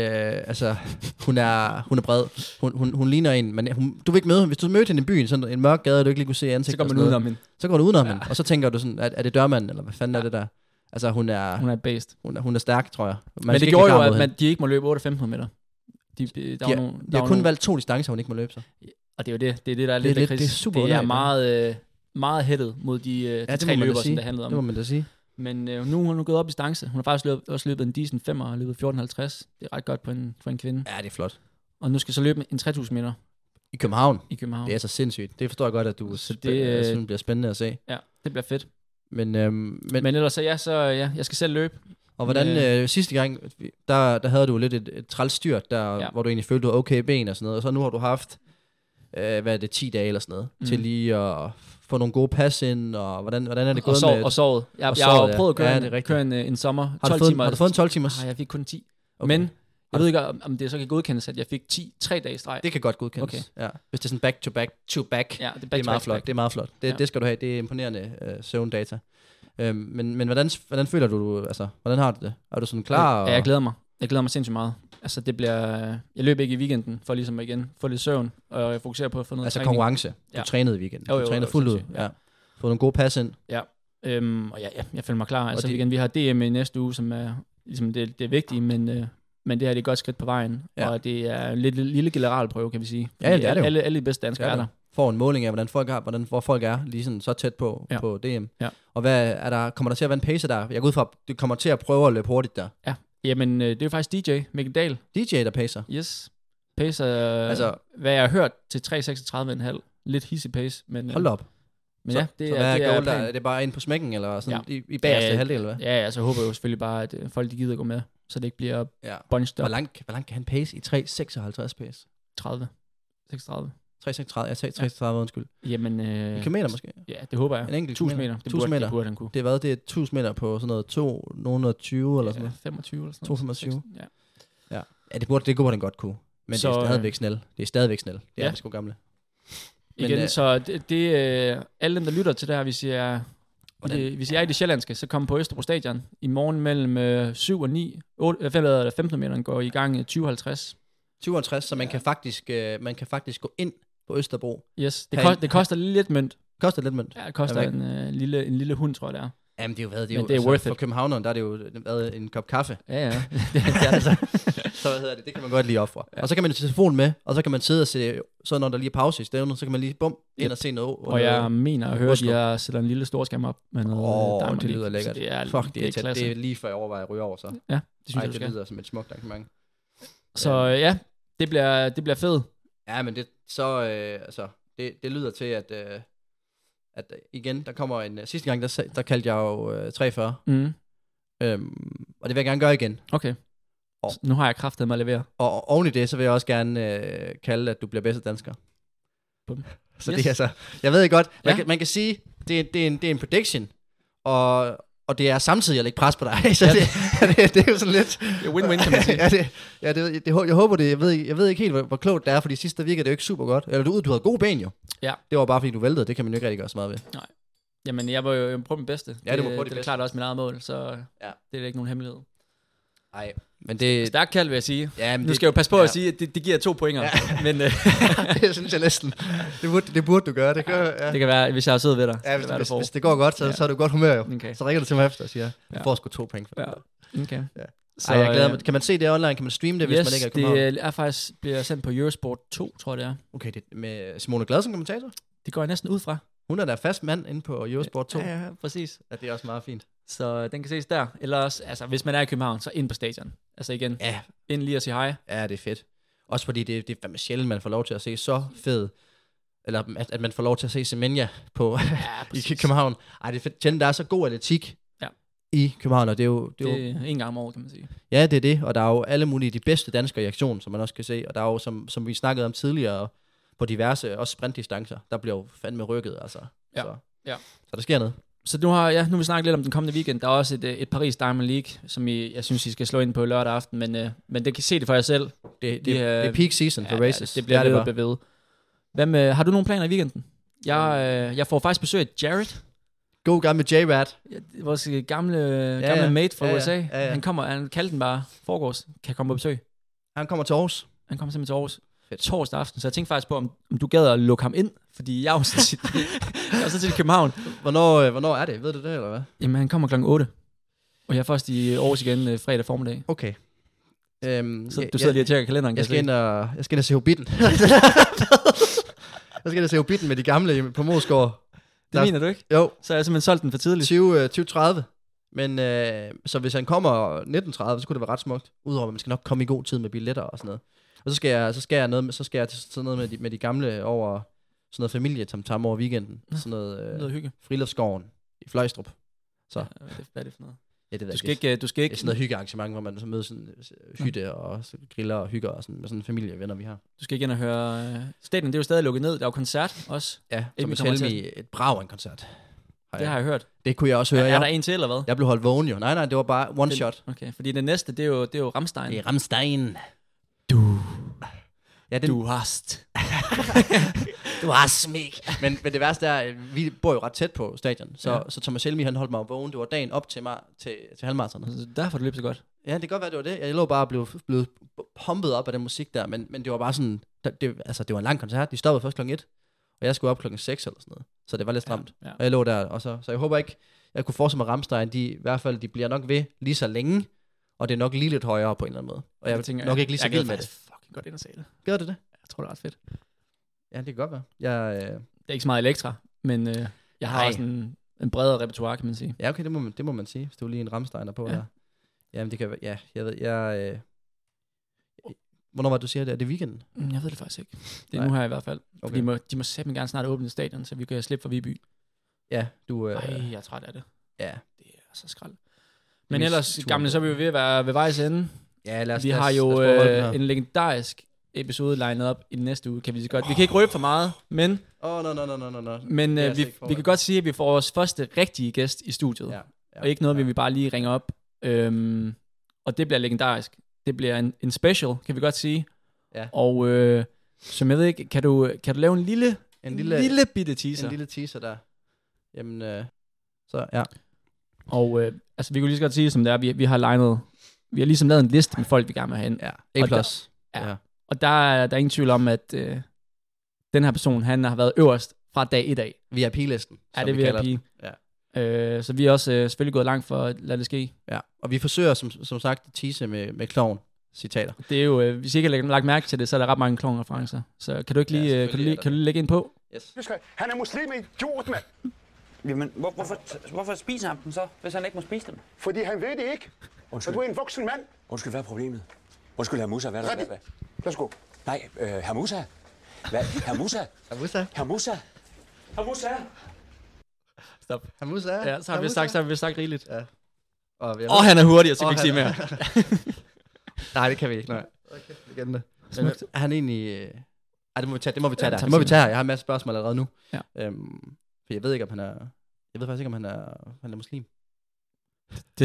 hun er bred. Hun ligner en, men du vil ikke møde hende. Hvis du mødte hende i byen, sådan en mørk gade, og du ikke lige kunne se ansigtet. Så går man udenom hende. Så går du udenom hende, og så tænker du sådan, er det dørmanden, eller hvad fanden er det der? Altså, hun er et based. Hun er stærk, tror jeg. Men det gjorde jo, at de ikke må løbe 8-15 meter. De har kun valgt 2 distancer, hun ikke må løbe så. Og det er jo det. Det er det, der er lidt kritisk. Det er super det er meget hættet mod de 3 løbere, som det handlede om. Det må man da sige. Men nu har hun gået op i distance. Hun har faktisk også løbet en decent 5 og løbet 14,50. Det er ret godt for en kvinde. Ja, det er flot. Og nu skal så løbe en 3000 meter. I København? I København. Det er så sindssygt. Det forstår jeg godt, at du synes, det bliver spændende at se. Ja, det bliver fedt. Men ellers jeg skal selv løbe. Og hvordan sidste gang, der havde du lidt et træls styrt, hvor du egentlig følte, du havde okay ben og sådan noget. Og så nu har du haft, 10 dage eller sådan noget, til lige at få nogle gode pas ind, og hvordan er det gået med... Og sovet. Jeg har prøvet at køre en sommer. 12 timer. Har du fået en 12 timers? Nej, jeg fik kun 10. Okay. Men jeg ved ikke, om det så kan godkendes, at jeg fik 3 dage i streg. Det kan godt godkendes. Okay. Ja. Hvis det er sådan back to back, ja, det er meget flot. Det er meget flot. Det skal du have. Det er imponerende søvndata. Men hvordan føler du, altså, hvordan har du det? Er du sådan klar? Ja, jeg glæder mig. Jeg glæder mig sindssygt meget. Altså, det bliver... Jeg løb ikke i weekenden, for ligesom igen få lidt søvn, og jeg fokuserer på at få noget træning. Konkurrence. Du trænede i weekenden. Du trænede fuldt ud. Ja. Få nogle gode pas ind. Ja. Og jeg føler mig klar. Altså, igen, vi har DM i næste uge, som er ligesom det er vigtigt, men det her det er et godt skridt på vejen. Ja. Og det er en lille generalprøve, kan vi sige. Ja, det er det jo. Alle de bedste danskere er der. Får en måling af, hvor folk er lige sådan så tæt på DM. Ja. Og hvad kommer der til at være en pacer der? Jeg går ud fra, du kommer til at prøve at løbe hurtigt der. Ja. Jamen, det er jo faktisk DJ, Mikkel Dahl. DJ, der pacer? Yes. Pacer, hvad jeg har hørt, til 3:36,5. Lidt hissig pace, men... Hold op. Men ja, det er det bare ind på smækken, eller sådan i bagerste halvdel, eller hvad? Ja, altså jeg håber jo selvfølgelig bare, at folk de gider gå med, så det ikke bliver bunched up. Hvor langt kan han pace i 3:56 pace? 30. 36. 3:36, undskyld. Jamen... I kilometer måske? Ja, det håber jeg. En enkelt 1000 meter. Det burde han kunne. Det er 1000 meter på sådan noget 220 eller sådan noget? 25 eller sådan noget. 225? Ja, det burde han godt kunne. Men det er stadigvæk snel. Det er det sgu gamle. Igen, så det alle dem, der lytter til det her, hvis I er i det sjællandske, så kom på Østerbro Stadion i morgen mellem 7 og 9, 15 meter går i gang 20:50. 20:50, så man kan faktisk gå ind på Østerbro. Yes, det koster lidt mønt. Koster lidt mønt? Ja, det koster en lille hund, tror jeg, det er. Jamen, det er jo det er worth it. For københavneren, der er det jo en kop kaffe. Ja. Så det kan man godt lige ofre. Ja. Og så kan man tage telefonen med, og så kan man sidde og se, så når der lige er pause i stævnet, så kan man lige ind og se noget. Og jeg mener at høre, at jeg sætter en lille storskærm op med noget det lyder lækkert. Det er lige før jeg overvejer at ryge over, så. Ja, det synes jeg, det lyder som et smukt arrangement. Så ja, det bliver fedt. Ja, men det lyder til, at igen, der kommer en... Sidste gang, der kaldte jeg jo 43. Og det vil jeg gerne gøre igen. Okay. Nu har jeg kraftet med at levere. Og oven i det, så vil jeg også gerne kalde, at du bliver bedste dansker. Bum. Så det er så... Jeg ved godt, man kan sige, det er en prediction, og det er samtidig at lægge pres på dig. Så det er jo sådan lidt... Det er win-win, kan man sige. Jeg håber det. Jeg ved ikke helt, hvor klogt det er, fordi sidste virker det jo ikke super godt. Eller du havde gode ben jo. Ja. Det var bare fordi du væltede. Det kan man jo ikke rigtig gøre så meget ved. Nej. Jamen, jeg var jo på mit bedste. Ja, det var på dit bedste. Det er klart også mit eget mål, så det er ikke nogen hemmelighed. Nej, men det... Stærkt kaldt, vil jeg sige. Ja, men nu skal jeg jo passe på at sige, at det giver 2 pointer. Men det synes jeg næsten. Det burde du gøre. Det kan være, hvis jeg har siddet ved dig. Ja, hvis det går godt, så er du godt humør jo. Okay. Så ringer du til mig efter og siger, du får sgu 2 point for det. Ja. Okay. Ja. Så jeg glæder mig. Kan man se det online? Kan man streame det, hvis man ikke er i København? Det er faktisk bliver sendt på Eurosport 2, tror jeg det er. Okay, det med Simone Glad som kommentator? Det går jeg næsten ud fra. Hun er der fast mand inde på Eurosport 2. Ja, præcis. Ja, det er også meget fint. Så den kan ses der. Ellers, altså, hvis man er i København, så ind på stadion. Altså igen, ind lige og sige hej. Ja, det er fedt. Også fordi det er fandme sjældent, man får lov til at se så fed, eller at man får lov til at se Semenya på i København. Ej, det er fedt. Der er så god atletik i København, og det er jo en gang om året, kan man sige. Ja, det er det, og der er jo alle mulige de bedste danskere i aktion, som man også kan se, og der er jo, som vi snakkede om tidligere, på diverse, også sprintdistancer, der bliver jo fandme rykket, altså. Så der sker noget. Så nu har vi snakket lidt om den kommende weekend. Der er også et Paris Diamond League, som jeg synes, I skal slå ind på lørdag aften, men det kan se det for jer selv. Det er peak season for races. Det bliver det ved. Hvad med, har du nogle planer i weekenden? Jeg får faktisk besøg af Jared. God gamle J-Rad. Vores gamle mate fra USA. Han kommer, han kaldte den bare forgårs, kan komme på besøg. Han kommer til Aarhus. Han kommer simpelthen til Aarhus. Torsdag aften, så jeg tænkte faktisk på, om du gad at lukke ham ind, fordi jeg er jo så til København. Hvornår er det? Ved du det, eller hvad? Jamen, han kommer klokken 8. Og jeg er først i Aarhus igen fredag formiddag. Okay. Så du sidder lige og tjekker kalenderen, jeg skal ind og se Hobbiten. Jeg skal ind og se Hobbiten med de gamle på Moskår. Det mener du ikke? Jo. Så er jeg simpelthen solgt den for tidligt. 2030. Men så hvis han kommer 1930, så kunne det være ret smukt. Udover at man skal nok komme i god tid med billetter og sådan noget. Og så skal jeg til sådan noget med de gamle over sådan noget familie-tam over weekenden. Sådan noget hygge. Friluftsgården i Fløjstrup. Så. Ja, hvad er det for noget? Ja, det du skal ikke. Det er sådan noget hyggearrangement, hvor man så møder sådan hytte og griller og hygger og sådan med sådan en familie og venner, vi har. Du skal ikke ind og høre... Stadion, det er jo stadig lukket ned. Der er jo koncert også. Ja, som et brav en koncert. Det har jeg hørt. Det kunne jeg også høre. Er der en til, eller hvad? Jeg blev holdt vågen jo. Nej, det var bare one shot. Okay, fordi det næste, det er jo Rammstein. Det er Rammstein. Du hast. Du hast mig. Men det værste er, at vi bor jo ret tæt på stadion. Så Thomas Helmi, han holdt mig vågen. Det var dagen op til halvmarathon. Så derfor du løb så godt. Ja, det kan godt være, det var det. Jeg lå bare og blev pumpet op af den musik der. Men det var bare sådan... Det var en lang koncert. De stoppede først klokken 1. Og jeg skulle op klokken 6 eller sådan noget. Så det var lidt stramt. Ja. Og jeg lå der. Og så jeg håber ikke... Jeg kunne forestille mig Rammstein. I hvert fald, de bliver nok ved lige så længe. Og det er nok lige lidt højere på en eller anden måde. Og jeg tænker, nok ikke lige så vild med det. Fucking godt ind og se det. Gør det? Jeg tror, det er ret fedt. Ja, det kan godt være. Det er ikke så meget Elektra, men jeg har også en bredere repertoire, kan man sige. Ja, okay, det må man sige. Hvis du lige en Rammsteiner på der. Jamen, det kan være... Ja, jeg ved... Hvornår var det, du siger det? Er det weekenden? Jeg ved det faktisk ikke. Det er nu her i hvert fald. Okay. De må simpelthen gerne snart åbne stadion, så vi kan slippe for Viby. Ja, du... jeg er træt af det. Ja. Det er så skrald. Men ellers, gamle, så er vi jo ved at være ved vejs ende. Ja, vi har jo en legendarisk episode legnet op i den næste uge, kan vi sige godt. Vi kan ikke røbe for meget, men... No. Men vi kan godt sige, at vi får vores første rigtige gæst i studiet. Ja. Og ikke noget, vi bare lige ringer op. Og det bliver legendarisk. Det bliver en special, kan vi godt sige. Ja. Og som jeg ved ikke, kan du lave en lille bitte teaser? En lille teaser der. Jamen, så ja. Og vi kunne lige så godt sige, som det er, vi har ligesom lavet en liste med folk, vi gerne vil have ind. Ja, A+. Og der er ingen tvivl om, at den her person, han har været øverst fra dag 1 af. VIP-listen. Ja, det er VIP. Ja. Så vi er også selvfølgelig gået langt for at lade det ske. Ja, og vi forsøger som sagt at tease med klovn-citater. Det er jo, hvis I ikke har lagt mærke til det, så er der ret mange klovn-referencer. Så kan du ikke lige, kan du lægge ind på? Yes. Han er muslim i idiot, mand. Jamen, hvorfor spiser han dem så, hvis han ikke må spise dem? Fordi han ved det ikke. Så du er en voksen mand. Undskyld, hvad er problemet? Undskyld, hr. Musa, hvad er der? Værsgo. Nej, hr. Musa. Hvad? Hr. Musa. Hr. Musa. Stop. Hr. Musa. Ja, så har vi sagt rigeligt. Ja. Og han er hurtig, så kan vi ikke sige mere. Nej, det kan vi ikke. Nej. Okay, legende. Men er han egentlig... det må vi tage. Det må vi tage her. Jeg har en masse spørgsmål allerede nu. Ja. For jeg ved ikke, om han er... Jeg ved faktisk ikke, om han er muslim. Det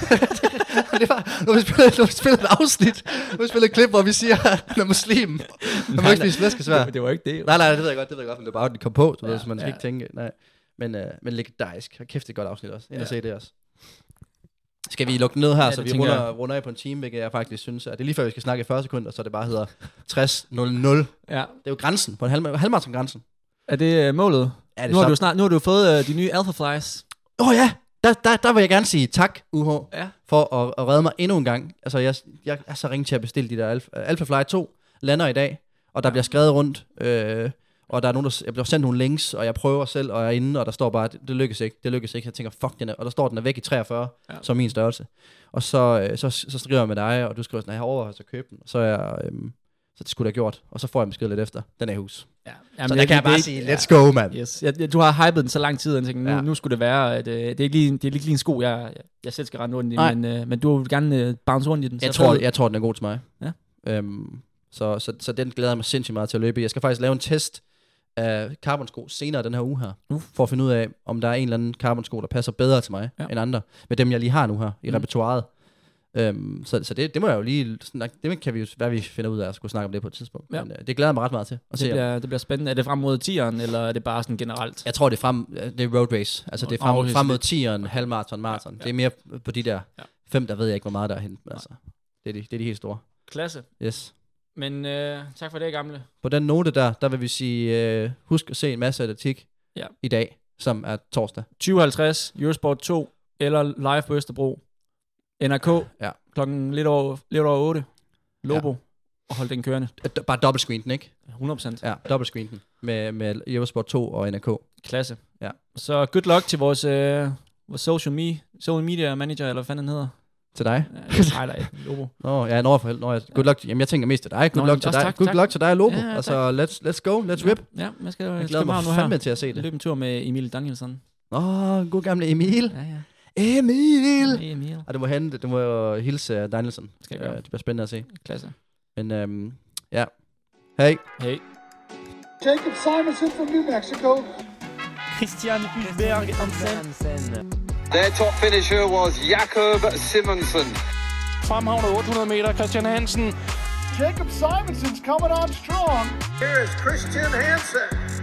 var, nu har vi spillet et afsnit. Nu har vi spillet et klip, hvor vi siger, at han er muslim. Han må ikke spise flæskesvær. Det var ikke det. Nej, det ved jeg godt. Men det var bare, at det kom på. Du ved, så man skal ikke tænke... Nej. Men legendarisk. Kæft, det er et godt afsnit også. Ind og se det også. Skal vi lukke ned her, Ja, så det vi tænker jeg. runder af på en time, hvilket jeg faktisk synes, at det er lige før, vi skal snakke i 40 sekunder, så det bare hedder 60.00. Ja. Det er jo grænsen, på en halvmarathon-grænsen. Er det målet? Er det Nu har du fået de nye Alpha Flies. Ja, der vil jeg gerne sige tak, UH, Ja. for at redde mig endnu en gang. Altså, jeg er så ringe til at bestille de der Alpha Fly 2, lander i dag, og der bliver skrevet rundt, og der er nogen, jeg bliver sendt nogle links, og jeg prøver selv, og jeg er inde, og der står bare, det lykkes ikke. Jeg tænker, fuck den er, og der står, den er væk i 43, som min størrelse. Og så skriver jeg med dig, og du skriver sådan, jeg har overvejet at købe den, så er jeg, så det skulle jeg have gjort, og så får jeg besked lidt efter, den er i hus. Ja. Så der kan jeg bare sige, let's go, mand. Yes. Du har hypet den så lang tid, og jeg tænkte, nu skulle det være, at det er ikke lige en sko, jeg selv skal rende rundt i, men du vil gerne bounce rundt i den. Jeg tror, den er god til mig. Ja. Så den glæder jeg mig sindssygt meget til at løbe i. Jeg skal faktisk lave en test af carbonsko senere den her uge her, for at finde ud af, om der er en eller anden carbonsko, der passer bedre til mig end andre, med dem jeg lige har nu her i repertoiret. Så det må jeg jo lige snakke, det kan vi jo, hvad vi finder ud af at skulle snakke om det på et tidspunkt. Ja. Men det glæder jeg mig ret meget til at se. Det bliver spændende. Er det frem mod 10'eren, eller er det bare sådan generelt? Jeg tror, det er road race. Altså det er frem mod 10'eren, halvmarathon, marathon. Det er mere på de der 5, der ved jeg ikke, hvor meget der er hent. Altså, det er de helt store. Klasse. Yes. Men tak for det, gamle. På den note der vil vi sige, husk at se en masse atletik i dag, som er torsdag. 20:50, Eurosport 2, eller live på Østerbro. NRK, klokken lidt over 8. Lobo, og hold den kørende. Bare dobbeltscreen den, ikke? 100%. Ja, dobbeltscreen den med Eurosport 2 og NRK. Klasse. Ja. Så good luck til vores social media manager, eller hvad fanden hedder. Til dig? Nej, Lobo. Good luck. Jamen, jeg tænker mest til dig. Good luck til dig. Good luck til dig, Lobo. Ja, altså, let's go. Let's rip. Ja, jeg glæder mig fandme til at se det. Løb en tur med Emil Danielsson. God gamle Emil. Ja. Emil. Og du må jo hilse Danielson. Skal jeg gøre. Det bliver spændende at se. Klasse. Men ja. Hey. Jacob Simonson from New Mexico. Christian Hulberg Hansen. Their top finisher was Jakob Simonsen. Fremhavnet 800 meter, Christian Hansen. Jacob Simonson's coming on strong. Here is Christian Hansen.